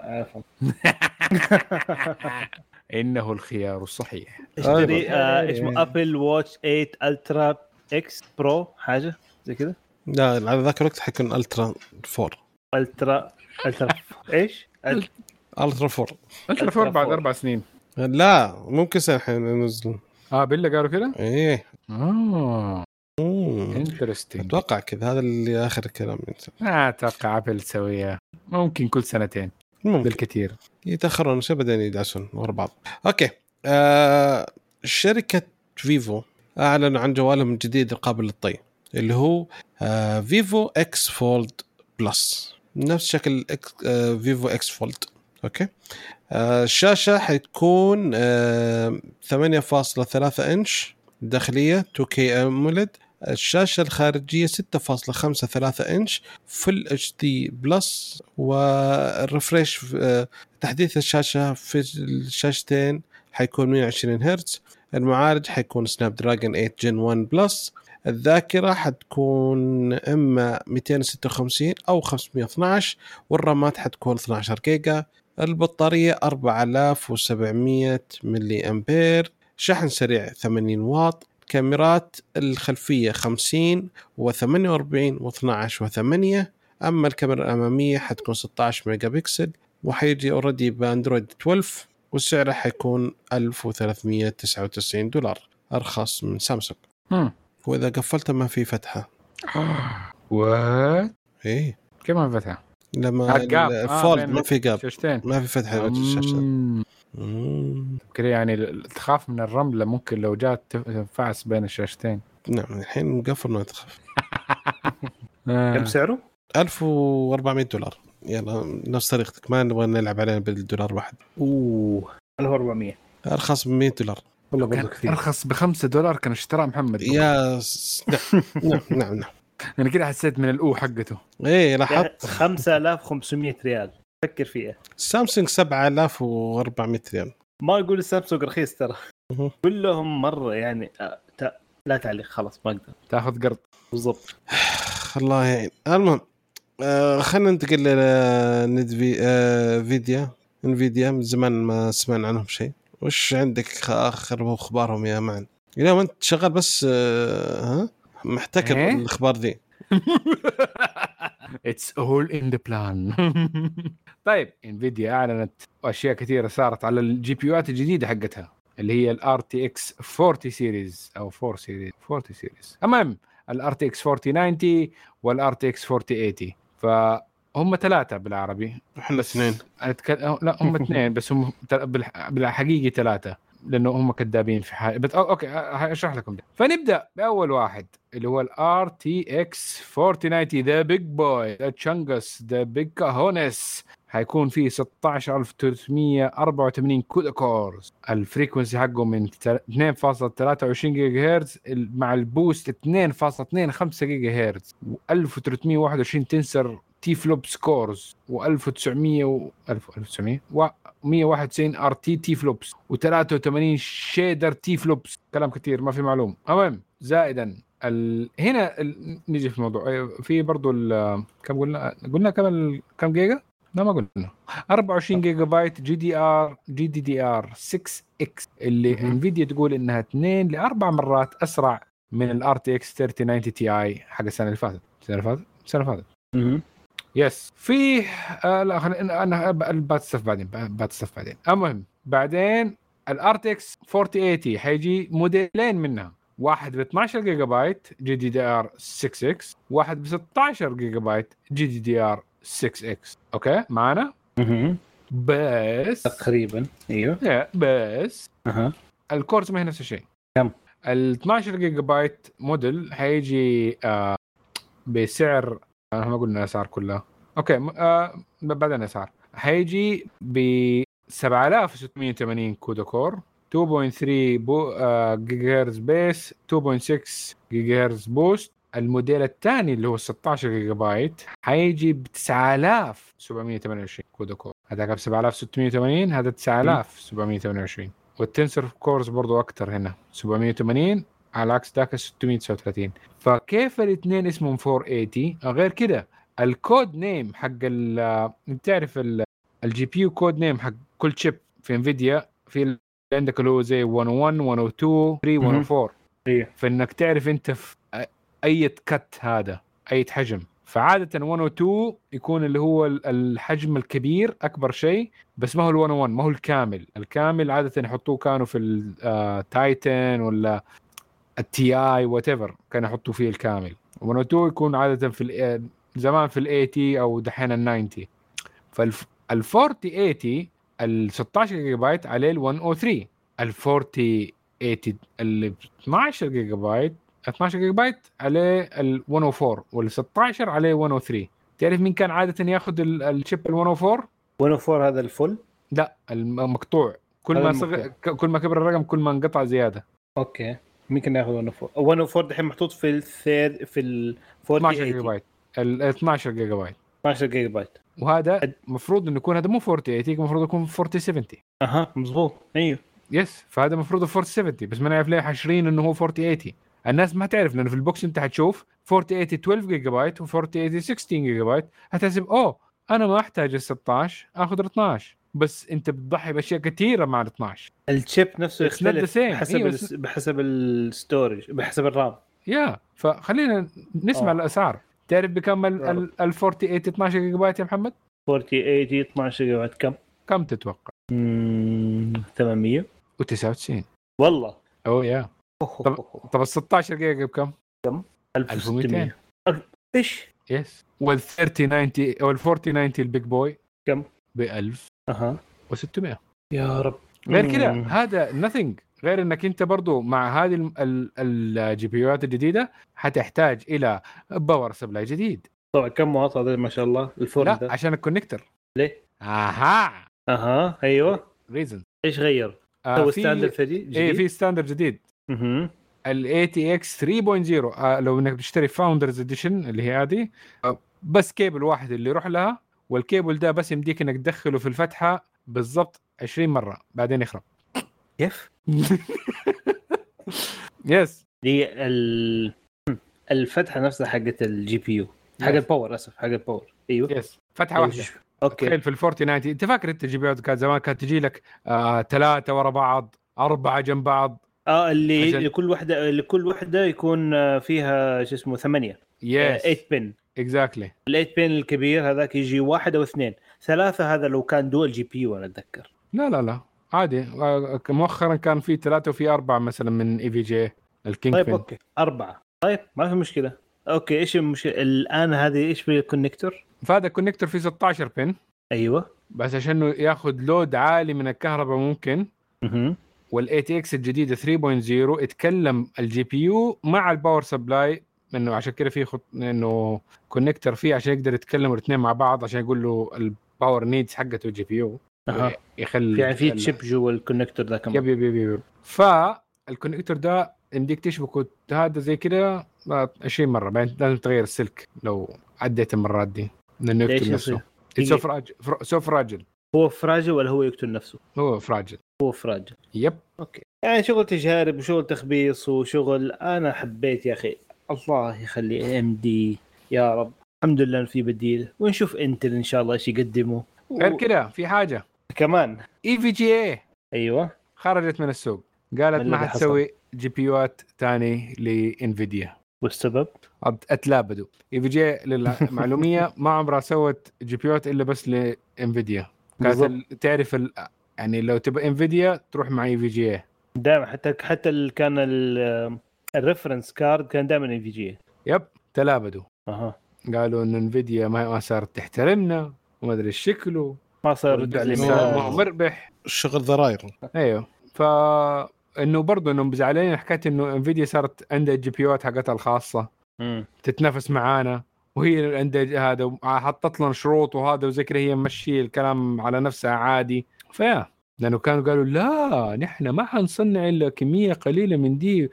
إنه الخيار الصحيح. اشتري اسمه أبل واتش 8 ألترا إكس برو حاجة زي كده. لا على ذاك الوقت حيكون ألترا 4. ألترا إيش؟ ألترا 4 بعد 4 سنين. لا ممكن سنة الحين ينزل. بالله قالوا كده. إيه. انترستينج. أتوقع كذا هذا اللي آخر الكلام. أتوقع أبل تسويها ممكن كل سنتين بالكثير. يتأخرون شو بدين يدعسون ورا بعض. أوكي. شركة فيفو أعلن عن جوالهم الجديد القابل للطي اللي هو فيفو إكس فولد بلس، نفس شكل فيفو إكس فولد. أوكي. الشاشة حتكون 8.3 إنش داخلية 2K AMOLED. الشاشة الخارجية 6.53 إنش فل HD بلس. والرفريش تحديث الشاشة في الشاشتين حيكون 120 هرتز. المعالج حيكون سناب دراجون 8 جن 1 بلس. الذاكرة حتكون إما 256 أو 512، والرامات حتكون 12 جيجا. البطارية 4700 ملي أمبير. شحن سريع 80 واط. كاميرات الخلفية 50 و48 و12 و8. أما الكاميرا الأمامية حتكون 16 ميجا بكسل، وحيجي أوردي بأندرويد 12 والسعر حيكون $1399 أرخص من سامسونج. وإذا قفلته ما في فتحة. وات إيه كمان فتحة لما الفولد ما في قاب شاشتين ما في فتحة بين الشاشتين. كده يعني تخاف من الرملة ممكن لو جات تنفعس بين الشاشتين. نعم الحين مقفل ما تخاف. كم سعره؟ $1400. يلا نفس طريقتك ما نبغى نلعب علينا بالدولار واحد. 1400 أرخص $100 والله برضو كثير. أرخص $5 كان اشتراه محمد. يا نعم أنا كده حسيت من الأو حقته. إيه لاحظت. $5500 فكر فيها. سامسونج $7400. ما يقول السامسونج رخيص ترى كلهم مرة يعني لا تعليق خلاص ما أقدر تأخذ قرض بالضبط. الله يعين. المهم خلينا ننتقل لنفيديا. انفيديا من زمان ما سمعنا عنهم شيء. وش عندك آخر أخبارهم يا مان؟ اليوم أنت شغال بس محتكر الأخبار ذي. It's all in the plan. طيب انفيديا أعلنت أشياء كثيرة صارت على الجي بي يوات الجديدة حقتها اللي هي ال RTX 40 سيريز أو 4 سيريز 40 سيريز. أمام ال RTX 4090 وال RTX 4080. فهم 3 بالعربي. احنا 2. لا هم 2 بس هم بالحقيقة 3 لأنه هم كذابين في حاجة. بس أوكي هشرح لكم ده. فنبدأ بأول واحد اللي هو ال RTX 4090 The Big Boy The Chungus The Big Cajones. هيكون فيه 16384 كودا كورز. الفريكونسي حقه من 2.23 جيجا هرتز مع البوست 2.25 جيجا هرتز و1321 تنسر تي فلوب سكورز و1900 و191 ار تي تي فلوبس و83 شيدر تي فلوبس. كلام كتير ما في معلوم. المهم زائدا هنا نيجي في الموضوع في برضو كم قلنا كم جيجا؟ لا ما قلنا 24 جيجا بايت جي دي دي ار 6 اكس اللي انفيديا تقول انها 2 ل 4 مرات اسرع من الار تي اكس 3090 تي اي حق السنه اللي فاتت. يس في لا خلينا انا باتستف بعدين. المهم بعدين الار تي اكس 4080 حيجي موديلين منها. واحد ب 12 جيجا بايت جي دي دي ار 6 اكس واحد ب 16 جيجا بايت جي دي دي ار 6 اكس. اوكي معنا بس تقريبا ايوه بس الكورس ما هي نفس الشيء. كم ال 12 جيجا بايت موديل هيجي بسعر ما قلنا اسعار كلها اوكي بعدين اسعار هيجي ب 7680 كودا كور 2.3 جيجا هرتز بيس 2.6 جيجا هرتز بوست. الموديل الثاني اللي هو 16 جيجا بايت هيجي ب 9728 كودا كور. هذا ب 7680 هذا 9728 والتنسر كورز برضو اكثر هنا 780 على عكس ذاك 639. فكيف الاثنين اسمهم 480 غير كده الكود نيم حق بتعرف الجي بي يو كود نيم حق كل شيب في انفيديا في عندك اللي هو زي 101 102 3 104 فانك تعرف انت في اي كت هذا اي حجم. فعاده 102 يكون اللي هو الحجم الكبير اكبر شيء بس ما هو ال 101 ما هو الكامل عاده يحطوه كانوا في التايتن ولا التي اي وات ايفر كانوا يحطوا فيه الكامل. 102 يكون عاده في زمان في ال 80 او دحين ال 90. فال 4080 ال 16 جيجا بايت عليه ال 103. ال 4080 ال 12 جيجا بايت 12 جيجا بايت عليه ال 104 وال 16 عليه 103. تعرف مين كان عاده ياخذ الشيب ال 104 هذا الفل لا المقطوع كل ما كبر الرقم كل ما انقطع زياده. اوكي مين كان ياخذ 104 دحين محطوط في ال 12 جيجا بايت ال 12 جيجا بايت 12 جيجا بايت وهذا المفروض انه يكون هذا مو 4080 المفروض يكون 4070. مزبوط ايوه يس فهذا المفروض 4070 بس ما نعرف ليه حاشرين انه هو 4080. الناس ما تعرف لانه في البوكس انت حتشوف 4080 12 جيجا بايت و 4080 16 جيجا بايت هتحسب انا ما احتاج ال 16 اخذ ال 12 بس انت بتضحي باشياء كثيره مع ال 12 الشيب نفسه يختلف بحسب الستورج بحسب الرام فخلينا نسمع الاسعار. تعرف بكم ال 4080 12 جيجا بايت يا محمد؟ 4080 12 جيجا بايت كم تتوقع؟ 899 والله. يا طب ال 16 جيجا بكم؟ 1200 ايش؟ يس. وال 3090 او ال 4090 البيج بوي كم؟ ب 1000 و600. يا رب. غير كده هذا nothing، غير انك انت برضو مع هذه الجي بي يوات الجديده حتحتاج الى باور سبلاي جديد. طبعا كم مواصفة ما شاء الله الفرن لا ده؟ عشان الكونكتور. ليه؟ اها ايوه ريزن. ايش غير؟ هو ستاندرد جديد؟ ايه في ستاندرد جديد. ال ATX 3.0 لو انك تشتري فاوندرز اديشن اللي هي هذه بس كيبل واحد اللي يروح لها، والكيبل ده بس يمديك انك تدخله في الفتحه بالضبط 20 مره بعدين يخرب. كيف؟ يس دي الفتحه نفسها حقت الجي بي يو حق الباور، اسف حق الباور. ايوه يس فتحه واحده. اوكي. تخيل في ال 4090 انت فاكر انت الجي بي يو كانت زمان كانت تجي لك 3 ورا بعض 4 جنب بعض اللي لكل وحده يكون فيها شو اسمه 8 8 بن اكزاكتلي. ال8 بن الكبير هذاك يجي 1 أو 2، 3 هذا لو كان دول جي بي يو انا اتذكر. لا عادي. مؤخرا كان في 3 وفي 4 مثلا من اي في جي الكينج طيب بن. اوكي 4 طيب ما في مشكله. اوكي ايش المشكله الان؟ هذه ايش في الكونكتور؟ فهذا الكونكتور فيه 16 بن. ايوه بس عشان ياخذ لود عالي من الكهرباء ممكن. والاي تي اكس الجديده 3.0 اتكلم الجي بي يو مع الباور سبلاي، انه عشان كده في انه كونكتور فيه عشان يقدر يتكلموا الاثنين مع بعض عشان يقول له الباور نيدز حقته الجي بي يو يخلي يعني في تشيب جوا الكونكتور ده كمان. يب. فالكونكتور ده يمديك تشبكه هذا زي كده 20 مره بعدين لازم تغير السلك لو عديت المرات دي لانه يقتل نفسه. سو فراجل. هو فراجل ولا هو يقتل نفسه؟ هو فراجل. يب. اوكي يعني شغل تجارب وشغل تخبيص وشغل. انا حبيت يا اخي الله يخلي ام دي يا رب. الحمد لله إن في بديل، ونشوف انتل ان شاء الله ايش يقدموا. غير كده في حاجه كمان اي في جي اي. ايوه خرجت من السوق، قالت ما حتسوي جي بي يوات تاني لانفيديا. والسبب اتلابدوا. اي في جي للمعلوميه ما عمرها سوت جي بي يوات الا بس لانفيديا. كانت تعرف يعني لو تبغى انفيديا تروح مع اي في جي. دائما حتى كان الريفرنس كارد كان دائما اي في جي. يب تلابدوا. قالوا ان انفيديا ما صارت تحترمنا وما ادري شكله ما صار يرد عليه ما هو مربح الشغل ضراير. ايوه انه برضه انهم زعلانين حكايه انه انفيديا صارت عندها الجي بي يوات حقتها الخاصه تتنافس معانا، وهي عندها هذا حطت لنا شروط وهذا وزي كذا، هي ممشي الكلام على نفسها عادي. لانه كانوا قالوا لا نحن ما حنصنع الا كميه قليله من دي،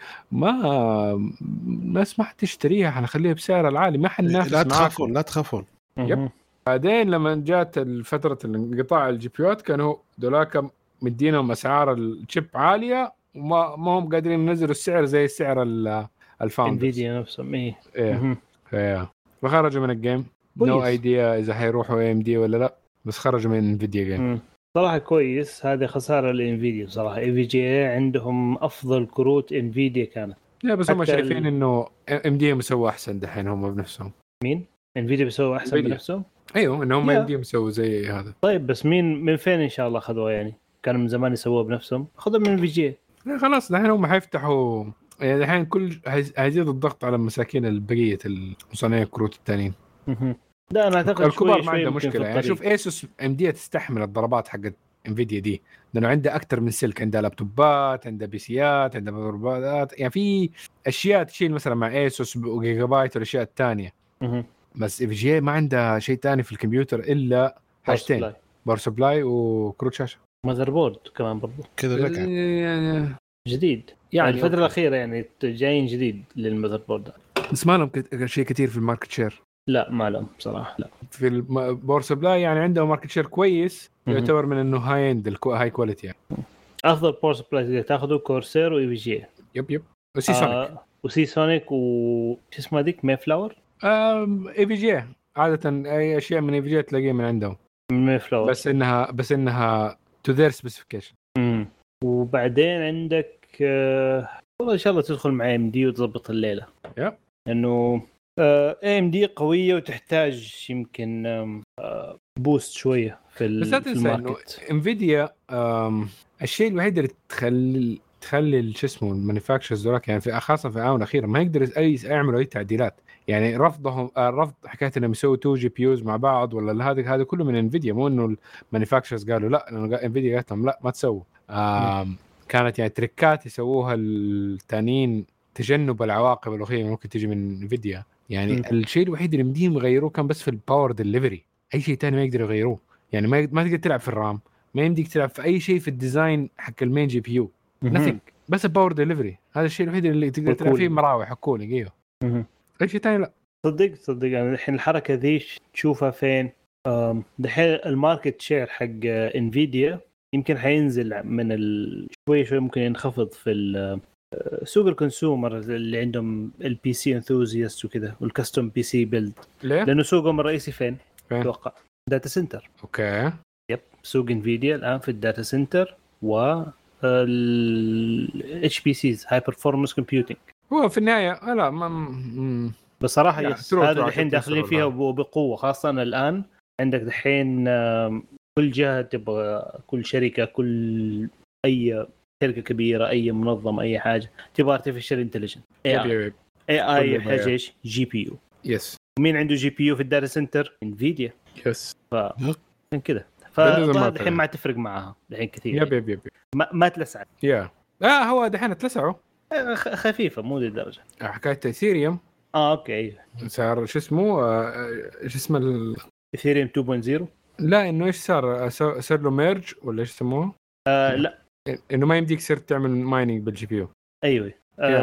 ما الناس ما حتشتريها، حنخليها بسعر العالي، ما حننافس معاكم. لا تخافون. يب. بعدين لما جات الفتره الانقطاع الجي بي يوات كانوا دولاك مدينهم اسعار الشيب عاليه وما هم قادرين ينزلوا السعر زي سعر الفاوندرز انفيديا نفسهم. فخرجوا من الجيم. نو ايديا اذا حيروحوا اي ام دي ولا لا، بس خرجوا من انفيديا جيم. صراحه كويس. هذه خساره لانفيديا صراحه. اي في جي عندهم افضل كروت انفيديا كانت. لا بس هم شايفين انه ام دي مسوي احسن دحين هم بنفسهم. مين انفيديا بيسوي احسن بنفسهم؟ ايوه انهم ام دي مسوي زي هذا. طيب بس من فين ان شاء الله اخذوها؟ يعني كانوا من زمان يسووها بنفسهم، خذوا من في جي. خلاص دحين هم حيفتحوا يعني دحين كل هيزيد الضغط على مساكين البقيه المصنعين الكروت الثانيين. لا انا اعتقد الكبار ما عنده مشكله. يعني شوف ايسوس ام دي تستحمل الضربات حقت انفيديا دي لانه عنده اكثر من سلك، عنده لابتوبات، عنده بيسيات، عنده مذربات، يعني في اشياء تشيل مثلا مع ايسوس وجيجا بايت والاشياء الثانيه. بس اف جي ما عنده شيء ثاني في الكمبيوتر الا حاجتين: باور سبلاي وكروت شاشه. ماذر بورد كمان برضه كذا يعني جديد يعني الفتره الاخيره يعني جايين جديد للماذر بورد. بس ما لهم شيء كثير في الماركت شير. لا ما لهم بصراحه. لا في الباور سبلاي يعني عنده ماركت شير كويس، يعتبر من انه هاي اند هاي كواليتي. يعني افضل باور سبلاي تقدر تاخذه كورسير واي في جي. يب وسي سونيك وسي سونيك وش اسمه هذيك ماي فلاور. اي في جي عاده اي اشياء من اي في جي تلاقيها من عندهم ماي فلاور، بس انها تو ذير سبيسيفيكيشن. وبعدين عندك والله ان شاء الله تدخل مع ام دي وتضبط الليله. يب انه ام دي قويه وتحتاج يمكن بوست شويه في بس لا تنسى انه الماركت. انفيديا الشيء الوحيد اللي تخلي شو اسمه المانيفاكتشرز ذولاك يعني في خاصه في الاونه الاخيره ما يقدر يعملوا اي تعديلات. يعني رفضهم رفض حكايه انهم يسووا 2 جي بي يوز مع بعض ولا هذا كله من انفيديا، مو انه المانيفاكتشرز قالوا لا، لانه انفيديا قالت لهم لا ما تسووا. كانت يعني تريكات يسووها الثانيين تجنب العواقب الوخيمه ممكن تيجي من انفيديا. يعني الشيء الوحيد اللي مديهم يغيروه كان بس في الباور ديليفري، اي شيء ثاني ما يقدروا يغيروه. يعني ما تقدر تلعب في الرام، ما يمديك تلعب في اي شيء في الديزاين حق المين جي بي يو، nothing. بس الباور ديليفري هذا الشيء الوحيد اللي تقدر تلعب فيه مراوح وكولينج. ايوه اي شيء ثاني لا. صدق يعني الحين الحركه ذي تشوفها فين؟ دحين الماركت شير حق انفيديا يمكن حينزل من شوي ممكن ينخفض في سوق الكونسيومر اللي عندهم البي سي انثوزياست وكذا والكاستم بي سي بيلد. ليه؟ لانه سوقهم الرئيسي فين؟ اتوقع داتا سنتر. اوكي يب سوق انفيديا الان في الداتا سنتر و الاتش بي سيز هاي برفورمانس كومبيوتنج. هو في النهايه لا بصراحه يعني هذا الحين داخلين فيها بقوه، خاصه الان عندك الحين كل جهه تبغى، كل شركه، كل اي شركه كبيره، اي منظمه، اي حاجه تبغى artificial intelligence اي حاجه ايش جي بي يو. يس مين عنده جي بي يو في الداتا سنتر؟ انفيديا. يس من كده فالحين ما تفرق معها الحين كثير. يب ما تلسع. هو دحين اتلسعوا خفيفه مو للدرجه. حكايه ايثيريوم اوكي صار شو اسمه ايش اسمه ايثيريوم 2.0. لا انه ايش صار له ميرج ولا ايش يسموه؟ لا انه ما يمديك تصير تعمل مايننج بالجي بي يو. ايوه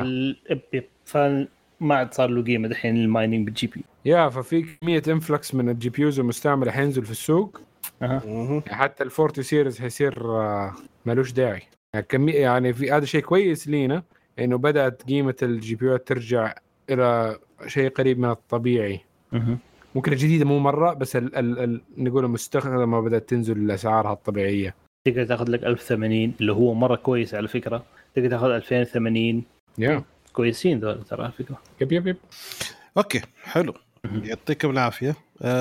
فما عاد صار له قيمه دحين المايننج بالجي بي يو. ففي كميه انفلكس من الجي بي يوز المستعمله حينزل في السوق. حتى ال40 سيريز حيصير مالوش داعي يعني في هذا شيء كويس لينا انه بدات قيمه الجي بي يو ترجع الى شيء قريب من الطبيعي. ممكن الجديده مو مره بس نقول المستخدمه بدات تنزل لاسعارها الطبيعيه. تقدر تاخذ لك 1080 اللي هو مره كويس على فكره. تقدر تاخذ 2080 كويسين ذول ترى على فكره. يب اوكي حلو يعطيكم العافيه.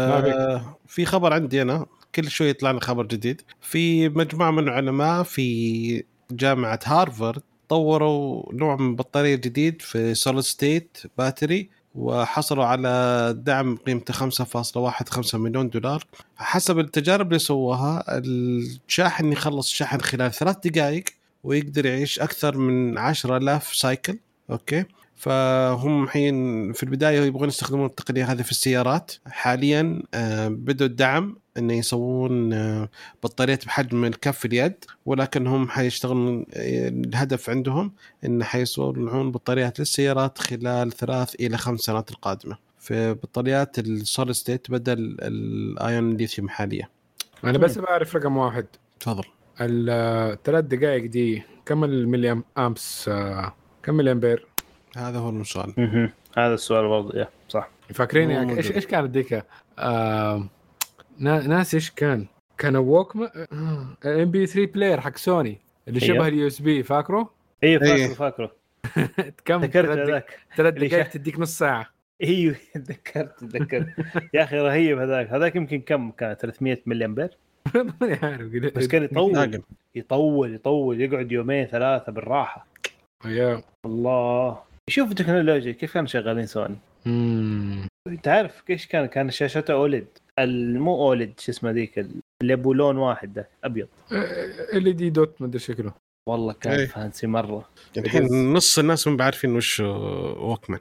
في خبر عندي انا كل شوي يطلع لنا خبر جديد. في مجموعه من العلماء في جامعه هارفارد طوروا نوع من بطاريه جديد في سوليد ستيت باتري، وحصلوا على دعم قيمته $5.15 مليون. حسب التجارب اللي سووها الشاحن يخلص الشحن خلال 3 دقائق ويقدر يعيش أكثر من 10,000 سايكل. أوكي فهم الحين في البداية يبغون يستخدمون التقنية هذه في السيارات. حاليا بدوا الدعم أن يسوون بطاريات بحجم الكف اليد، ولكن هم حيشتغلون الهدف عندهم أن حيصنعون بطاريات للسيارات خلال 3 إلى 5 سنوات القادمة في بطاريات السوليد ستيت بدل الآيون ليثيوم حاليا. أنا بس بعرف رقم واحد. تفضل. 3 دقائق دي كم الملي أمبس كم ملي أمبير؟ هذا هو السؤال. هذا السؤال برضه صح. فاكرين ايش كانت ديك ناس ايش كان ووكمان MP3 بلاير حق سوني اللي شبه اليو اس بي فاكره؟ ايوه فاكره كم ذكرت هذاك 3 دقائق تديك نص ساعه. ايوه تذكرت يا اخي رهيب هذاك يمكن كم كان 300 ملي امبير ما عارف بس كان يطول يقعد 2-3 بالراحه. يا الله شوف التكنولوجيا كيف كانوا شغالين سوني. انت عارف كيش كان شاشته اوليد مو اوليد شو اسمه ذيك اللي ابو لون واحد ده ابيض اللي دي دوت ما ادري شكله. والله كان فانسي مره. الحين نص الناس ما بعرفين وش ووكمان.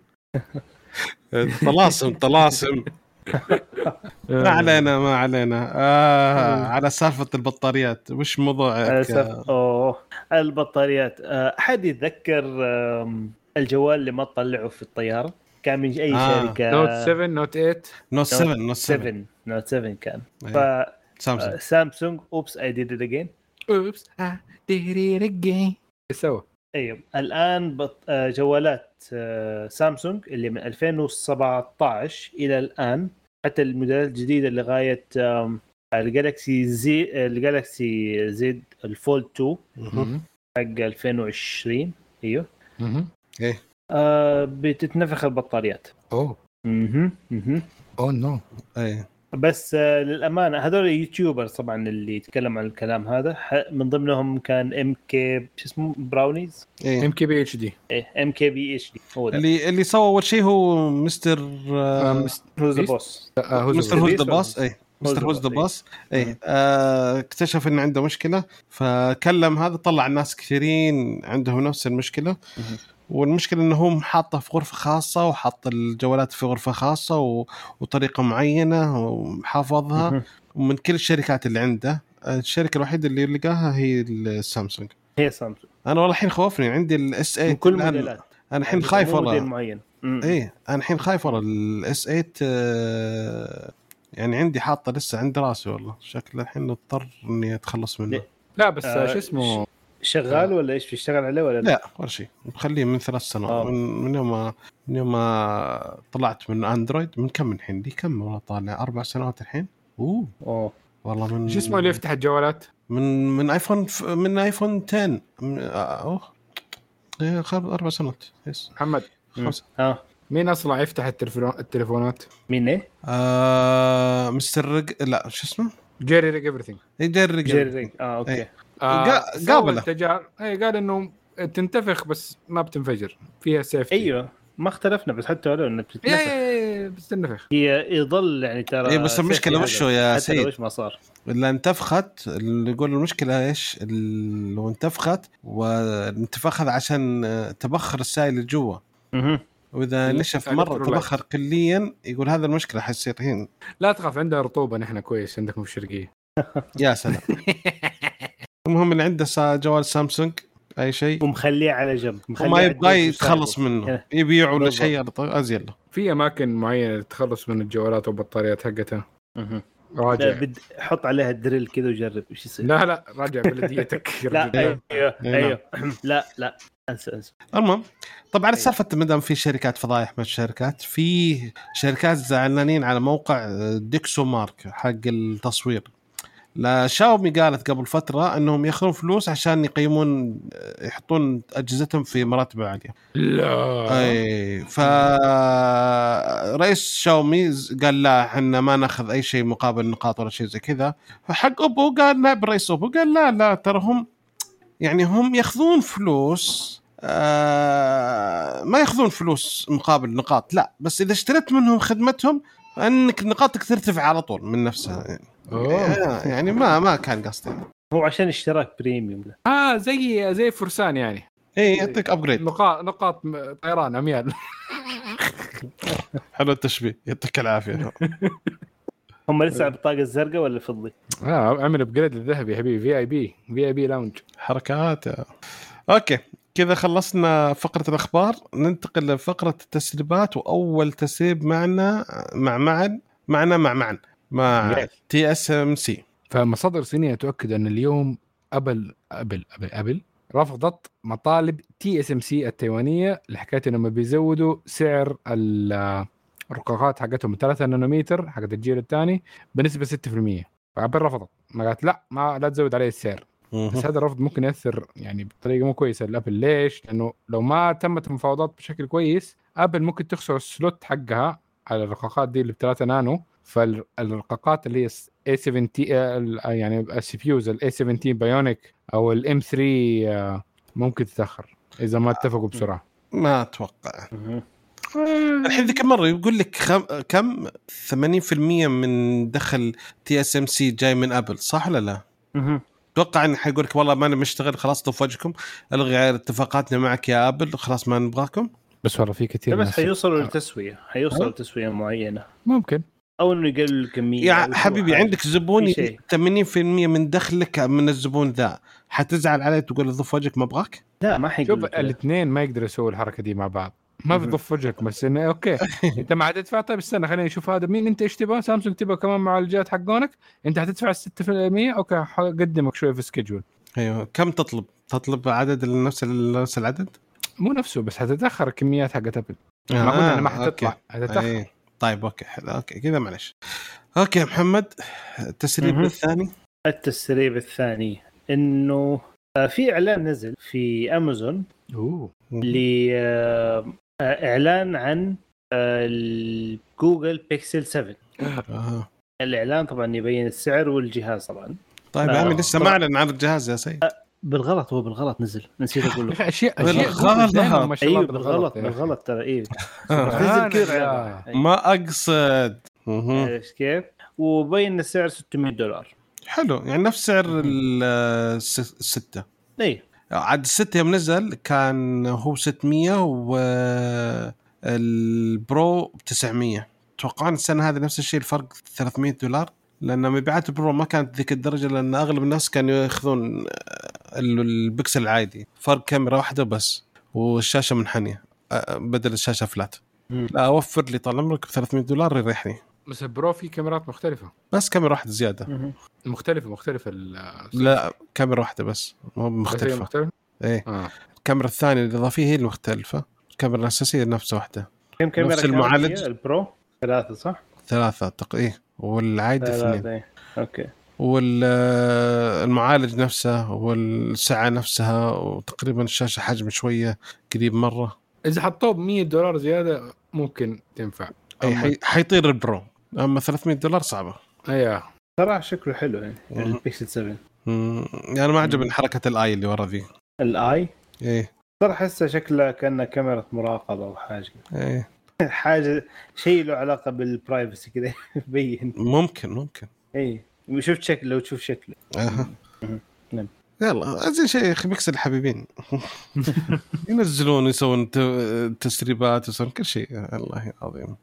طلاسم ما علينا على سالفة البطاريات. وش موضوعك؟ البطاريات. أحد يتذكر الجوال اللي ما طلعوا في الطيارة كان من أي شركة؟ نوت 7 نوت 8 نوت 7 كان سامسونج أوبس I did it again. سوا. أيوة الآن جوالات سامسونج اللي من 2017 إلى الآن حتى الموديلات الجديدة لغاية الجالكسي زد الفولد 2 حق 2020. ايوه بتتنفخ البطاريات. نو ايه بس للامانه هذول يوتيوبرز طبعا اللي يتكلم عن الكلام هذا، من ضمنهم كان ام كي شو اسمه براونيز، ام كي بي اتش دي، ام كي بي اتش دي هو ده. اللي سوى اول شيء هو مستر هوز ذا بوس، مستر هوز ذا باص. اي مستر هوز ذا باص. اي اكتشف ان عنده مشكله، فكلم هذا، طلع الناس كثيرين عندهم نفس المشكله. والمشكله انه هو حاطه في غرفه خاصه، وحاط الجوالات في غرفه خاصه وطريقه معينه ومحافظها. ومن كل الشركات اللي عنده، الشركه الوحيده اللي لقاها هي السامسونج. هي سامسونج. انا والله الحين خوفني عندي الاس 8 كل موديلات. انا الحين خايف والله معين. ايه انا الحين خايف والله الاس 8 يعني عندي حاطه لسه عند راسي والله. شكله الحين اضطر اني اتخلص منه. لا بس شو اسمه شغال ولا ايش بيشتغل عليه ولا لا ولا شيء، مخليه من 3 سنوات. من يوم ما طلعت من اندرويد. من كم الحين دي كم والله طالع 4 سنوات الحين. اوه والله من شو اسمه اللي يفتح الجوالات من ايفون 10 اوه 4 سنوات. يس محمد 5. مين اصلا يفتح التليفونات؟ مين ايه؟ مستر لا شو اسمه جيري ريج ايفريثينج. جيري ريج. اوكي. قابله قال انه تنتفخ بس ما بتنفجر، فيها سيفتي. ايوه ما اختلفنا، بس حتى لو انه بتتنفخ بتنفخ هي يضل يعني ترى. ايه بس المشكله وش يا سيد؟ وش ما صار اللي انتفخت، اللي يقول المشكله ايش؟ لو انتفخت والانتفاخ هذا عشان تبخر السائل اللي جوا. واذا نشف مره تبخر كليا، يقول هذا المشكله حتصير هنا. لا تخاف، عندنا رطوبه نحن كويس، عندكم في الشرقيه. يا سلام. المهم اللي عنده جوال سامسونج اي شيء ومخليه على جنب، وما يبغى يتخلص منه، يبيعه ولا شيء ازين له. في اماكن معينه تتخلص من الجوالات والبطاريات حقتها. راجع حط عليها الدريل كذا وجرب ايش يصير. لا راجع بلديتك. لا ايوه لا انسى. المهم طبعا السالفه مدام في شركات فضايح من الشركات، في شركات زعلانين على موقع ديكسو مارك حق التصوير. لا شاومي قالت قبل فترة أنهم يأخذون فلوس عشان يقيمون يحطون أجهزتهم في مراتب عالية. لا أي فرئيس شاومي قال لا احنا ما ناخذ أي شيء مقابل نقاط ولا شيء زي كذا. فحق أبو قال نائب رئيس أبو قال لا ترى هم يعني هم يأخذون فلوس ما يأخذون فلوس مقابل نقاط، لا بس إذا اشتريت منهم خدمتهم أنك نقاطك ترتفع على طول من نفسها يعني. يعني ما كان قصدي، هو عشان اشتراك بريميوم له. زي فرسان يعني. ايه يعطيك ابجريد نقاط طيران اميال. حلو التشبيه، يعطيك العافيه. هم لسه على البطاقه الزرقاء ولا الفضي؟ عمل ابجريد للذهبي يا حبيبي. في اي بي لاونج حركات. اوكي كذا خلصنا فقره الاخبار، ننتقل لفقره التسريبات. واول تسريب معنا مع TSMC. فمصادر صينية تؤكد أن اليوم أبل رفضت مطالب TSMC التايوانية لحكاية أنهم بيزودوا سعر الرقاقات حقتهم 3 نانومتر حقت الجيل الثاني بنسبة 6%. فأبل رفضت، ما قالت لا تزود عليه السعر. بس هذا الرفض ممكن يأثر يعني بطريقة مو كويسة لأبل. ليش؟ لأنه لو ما تمت المفاوضات بشكل كويس، أبل ممكن تخسر السلوت حقها على الرقاقات دي اللي ب3 نانو. فالرقاقات اللي هي A17 يعني السي بي يوز A17 بايونيك او الM3 ممكن تتاخر اذا ما اتفقوا بسرعه. ما اتوقع الحين ذيك مرة يقول لك كم 80% من دخل TSMC جاي من أبل، صح ولا لا؟ اتوقع ان حيقول لك والله ما انا مشتغل خلاص طف وجهكم، الغي اتفاقاتنا معك يا أبل، خلاص ما نبغاكم. بس والله في كثير بس حيوصلوا لتسوية، لتسوية معينة ممكن، او انه يقلل الكميه. يا حبيبي عندك زبون 80% من دخلك من الزبون ذا، حتزعل عليه تقول ضف وجهك ما ابغاك؟ لا ما حيقول. شوف الاثنين ما يقدروا يسووا الحركه دي مع بعض، ما في ضف وجهك بس انه اوكي انت ما حتدفع. طيب استنى خلينا نشوف هذا مين انت، ايش تبغى؟ سامسونج تبغى كمان مع الجهات حقونك، انت حتدفع 6%. اوكي حقدمك شويه في سكيدجول. ايوه كم تطلب عدد نفس العدد؟ مو نفسه بس حتتاخر الكميات حقت ابل. ما قلنا انا ما حتطلع، حتتاخر. طيب اوكي كذا معلش. اوكي محمد التسريب الثاني. التسريب الثاني انه في اعلان نزل في امازون لاعلان عن الجوجل بيكسل 7. الاعلان طبعا يبين السعر والجهاز طبعا. طيب يا عمي لسه ما اعلن عن الجهاز يا سيد. بالغلط، هو بالغلط نزل، نسيت اقول له. اشياء بالغلط. دايماً ما شاء الله ايوه بالغلط ترى. ايه سبحان نزل كذا الله. ما اقصد. عرفت كيف؟ وبين السعر $600. حلو، يعني نفس سعر الستة. اي عاد الستة يوم نزل كان هو 600 والبرو 900. توقعنا السنة هذه نفس الشيء، الفرق $300 لأن مبيعات البرو ما كانت ذيك الدرجة، لأن أغلب الناس كانوا يأخذون البكسل العادي، فرق كاميرا واحدة بس والشاشة منحنية بدل الشاشة فلات. لا أوفر لي طال عمرك $300 يريحني. بس البرو في كاميرات مختلفة، بس كاميرا واحدة زيادة. مختلفة لا كاميرا واحدة بس مو مختلفة. ايه الكاميرا الثانية الإضافية هي المختلفة، الكاميرا الأساسية نفس واحدة. كم كاميرا نفس المعالج البرو 3 صح؟ 3 إيه، والعادي 2. اوكي. والمعالج نفسه والسعة نفسها، وتقريبا الشاشة حجم شوية قريب مرة. إذا حطوه $100 زيادة ممكن تنفع. أي حيطير البرو، أما $300 صعبة. أيه ترى شكله حلو يعني البيكسل 7. يعني ما عجبني حركة الآي اللي ورا ذي. الآي؟ إيه ترى حسه شكله كأنه كاميرا مراقبة أو حاجة. إيه حاجة شيء له علاقة بالبرايفسي كذا يبين. ممكن. إيه شفت شكله وتشوف شكله. نعم. يلا أزين شيء أخي بيكسل الحبيبين ينزلون يسوون تسريبات يسوون كل شيء. الله عظيم.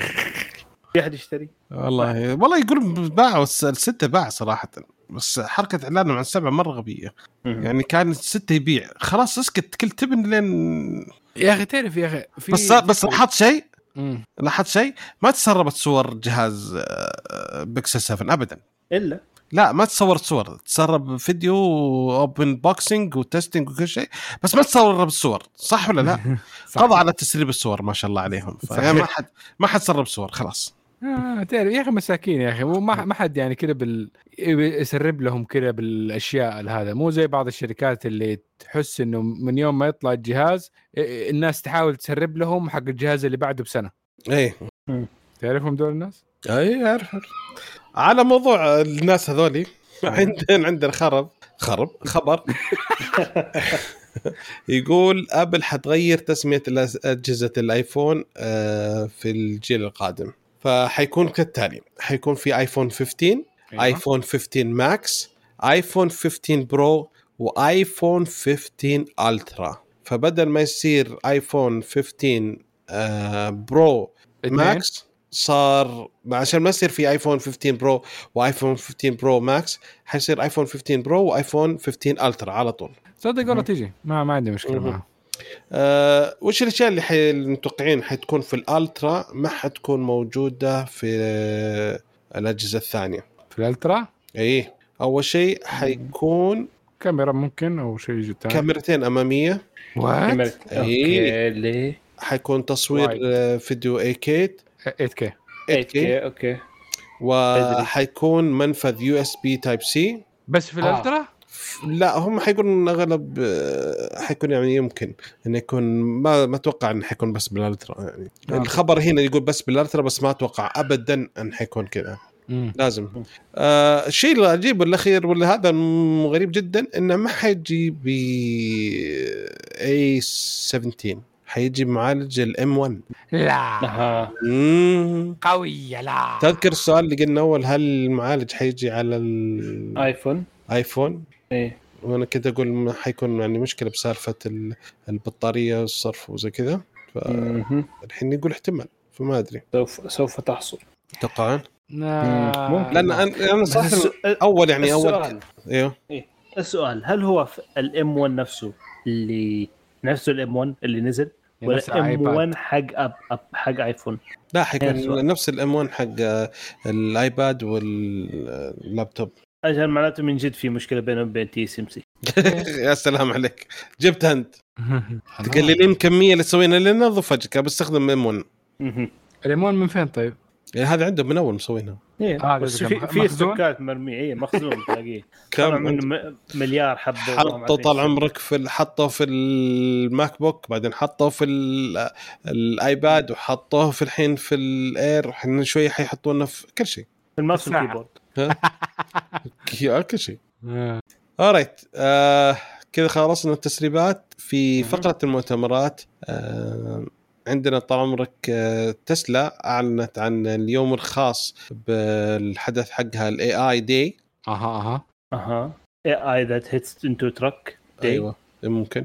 في أحد يشتري؟ والله يقولون باعوا الستة باع صراحة، بس حركة إعلانهم عن 7 مرة غبية. يعني كان 6 يبيع خلاص اسكت كل تبن لين يا أخي تعرف يا أخي بس لاحظت شيء ما تسربت صور جهاز بيكسل 7 أبدا. إلا لا ما تصورت صور، تسرب فيديو اوبن بوكسينج وتستنج وكل شيء، بس ما تصور بالصور صح ولا لا؟ قضى على تسريب الصور ما شاء الله عليهم. ما حد سرب صور خلاص. تعرف يا اخي مساكين يا اخي، ما حد يعني كده يسرب لهم كده بالاشياء هذا، مو زي بعض الشركات اللي تحس انه من يوم ما يطلع الجهاز الناس تحاول تسرب لهم حق الجهاز اللي بعده بسنه. ايه تعرفهم دول الناس؟ اي اعرف. على موضوع الناس هذولي عندنا خبر يقول ابل حتغير تسميه اجهزه الايفون في الجيل القادم، فحيكون كالتالي: حيكون في ايفون 15 ايفون 15 ماكس ايفون 15 برو وايفون 15 الترا. فبدل ما يصير ايفون 15 برو ماكس صار عشان ما يصير في ايفون 15 برو وايفون 15 برو ماكس، حيصير ايفون 15 برو وايفون 15 الترا على طول. صدق ولا تيجي ما عندي مشكله معها. وش الاشياء اللي المتوقعين حتكون في الالترا ما حتكون موجوده في الاجهزه الثانيه؟ في الالترا ايه اول شيء حيكون كاميرا ممكن او شيء جدا، كاميرتين اماميه. اوكي ليه حيكون تصوير فيديو 8K اوكي. وحيكون منفذ USB Type C بس في الالترا. لا هم حيكون اغلب حيكون يعني يمكن انه يكون ما اتوقع انه حيكون بس بالالترا يعني. الخبر هنا يقول بس بالالترا، بس ما اتوقع ابدا ان حيكون كذا. لازم الشيء العجيب والاخير ولا هذا غريب جدا انه ما حيجي ب A17، حيجي معالج الM1. لا قوية. لا تذكر السؤال اللي قلنا اول، هل المعالج حيجي على الايفون؟ ايه وانا كده اقول ما حيكون يعني مشكله بسالفه البطاريه والصرف وزي كذا. الحين يقول احتمال، فما ادري. سوف تحصل توقعان. لان انا صح اول يعني اول ايوه السؤال هل هو الام 1 نفسه اللي نفسه الام 1 اللي نزل ولا ام 1 حق ايفون؟ لا حيكون نفس الام 1 حق الايباد واللابتوب. اجل معناته من جد في مشكله بينه وبين تي سي ام سي. يا سلام عليك، جبت انت تقللين كميه اللي سوينا لنا ضفجك بستخدم ام 1. الام 1 من فين طيب؟ يعني هذا عندهم من اول مسوينها. بس في ستوكات مرميه مرخزون تلاقيه كم من مليار حبه. حطوا طال عمرك حطوا في الماك بوك، بعدين حطوا في الايباد، وحطوه في الحين في الاير، حين شويه حيحطونه في كل شيء. الماوس ساعة. والكيبورد. كل شيء. alright كذا خلصنا التسريبات في فقرة المؤتمرات. عندنا طال عمرك تسلا أعلنت عن اليوم الخاص بالحدث حقها ال AI Day. AI that hits into truck day. أيوة ممكن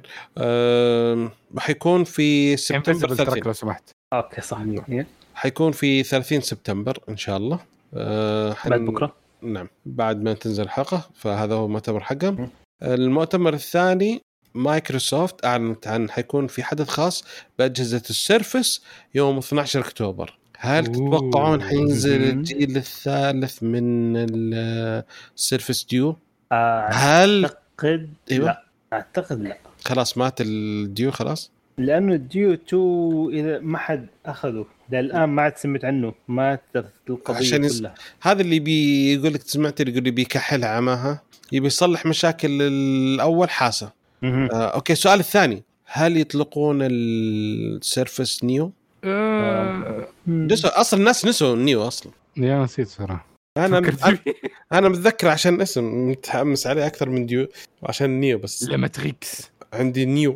حيكون في سبتمبر 30 لو سمحت. اوكي صح. حيكون في 30 سبتمبر إن شاء الله. بعد بكرة. نعم بعد ما تنزل الحلقة، فهذا هو المؤتمر حقهم. المؤتمر الثاني مايكروسوفت أعلنت عن حيكون في حدث خاص بأجهزة السيرفس يوم 12 أكتوبر. هل تتوقعون حينزل الجيل الثالث من السيرفس ديو؟ هل أعتقد أيوة. لا أعتقد لا، خلاص مات الديو خلاص، لأنه الديو 2 إذا ما حد أخذه الآن ما عاد سمعت عنه، مات القضية كلها. هذا اللي بيقول لك سمعت اللي يقول لي بيكحلها عماها، يبي يصلح مشاكل الأول حاسة. أوكي السؤال الثاني، هل يطلقون السيرفس نيو؟ أصلا الناس نسوا نيو أصلا. يا نسيت صراحة. أنا متذكر عشان اسم متحمس عليه أكثر من ديو عشان نيو، بس لماتريكس عندي نيو.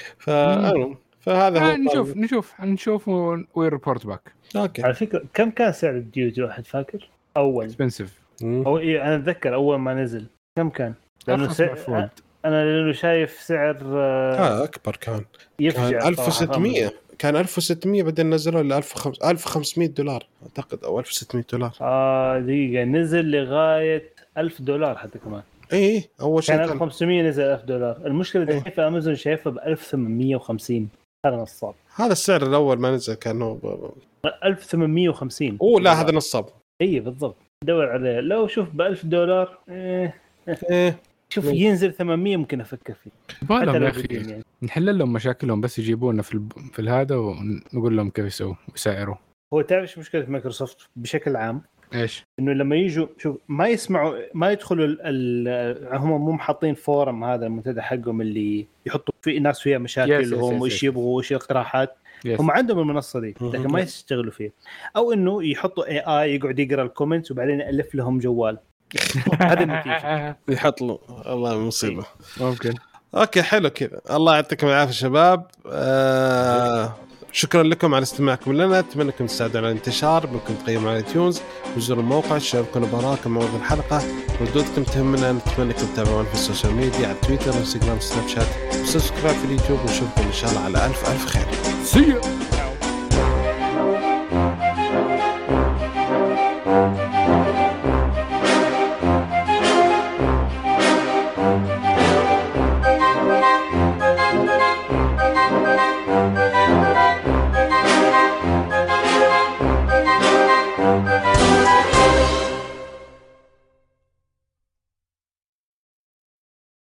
فهذا هو. نشوف ويربورت باك. أوكي. على فكرة كم كان سعر الديو واحد فاكر؟ أول اكسبنسيف. أنا أتذكر أول ما نزل كم كان؟ لأنه أنا شايف سعر أكبر كان يفجع. 1600 كان 1600 بعدين نزلوا ل 1500 دولار أعتقد أو 1600 دولار. دقيقة نزل لغاية $1000 حتى كمان. إيه أول شيء كان 1500 نزل $1000. المشكلة دحين في أمازون شايفه ب 1850. هذا نصاب. هذا السعر الأول ما نزل كان هو 1850. لا هذا نصاب. إيه بالضبط، دور عليه. لو شوف $1000 شوف ينزل 800 ممكن أفكر فيه. يا أخي نحل لهم مشاكلهم، بس يجيبونا في هذا ونقول لهم كيف يسووا ويسعروا. هو تعرف مشكلة مايكروسوفت بشكل عام إيش؟ إنه لما يجوا شوف ما يسمعوا، ما يدخلوا هم مو محاطين فورم هذا المنتدى حقهم اللي يحطوا فيه ناس فيها مشاكلهم وإيش يبغوا وإيش اقتراحات. هم عندهم المنصة دي لكن ما يشتغلوا فيها، أو إنه يحطوا AI يقعد يقرأ الكومنتس وبعدين يألف لهم جوال. هذا النتيجة. يحط له الله مصيبة. ممكن. أوكي حلو كذا. الله يعطيكم العافية شباب. شكرا لكم على استماعكم لنا. أتمنى أنكم تساعدوا على الانتشار، ممكن تقيموا على تيونز، وزوروا الموقع، شاركونا براءكم موضوع الحلقة، ردودكم تهمنا. نتمنى أنكم تتابعونا في السوشيال ميديا على تويتر، انستغرام، سناب شات، وسبسكرايب في اليوتيوب، ونشوفكم إن شاء الله على ألف خير. See you.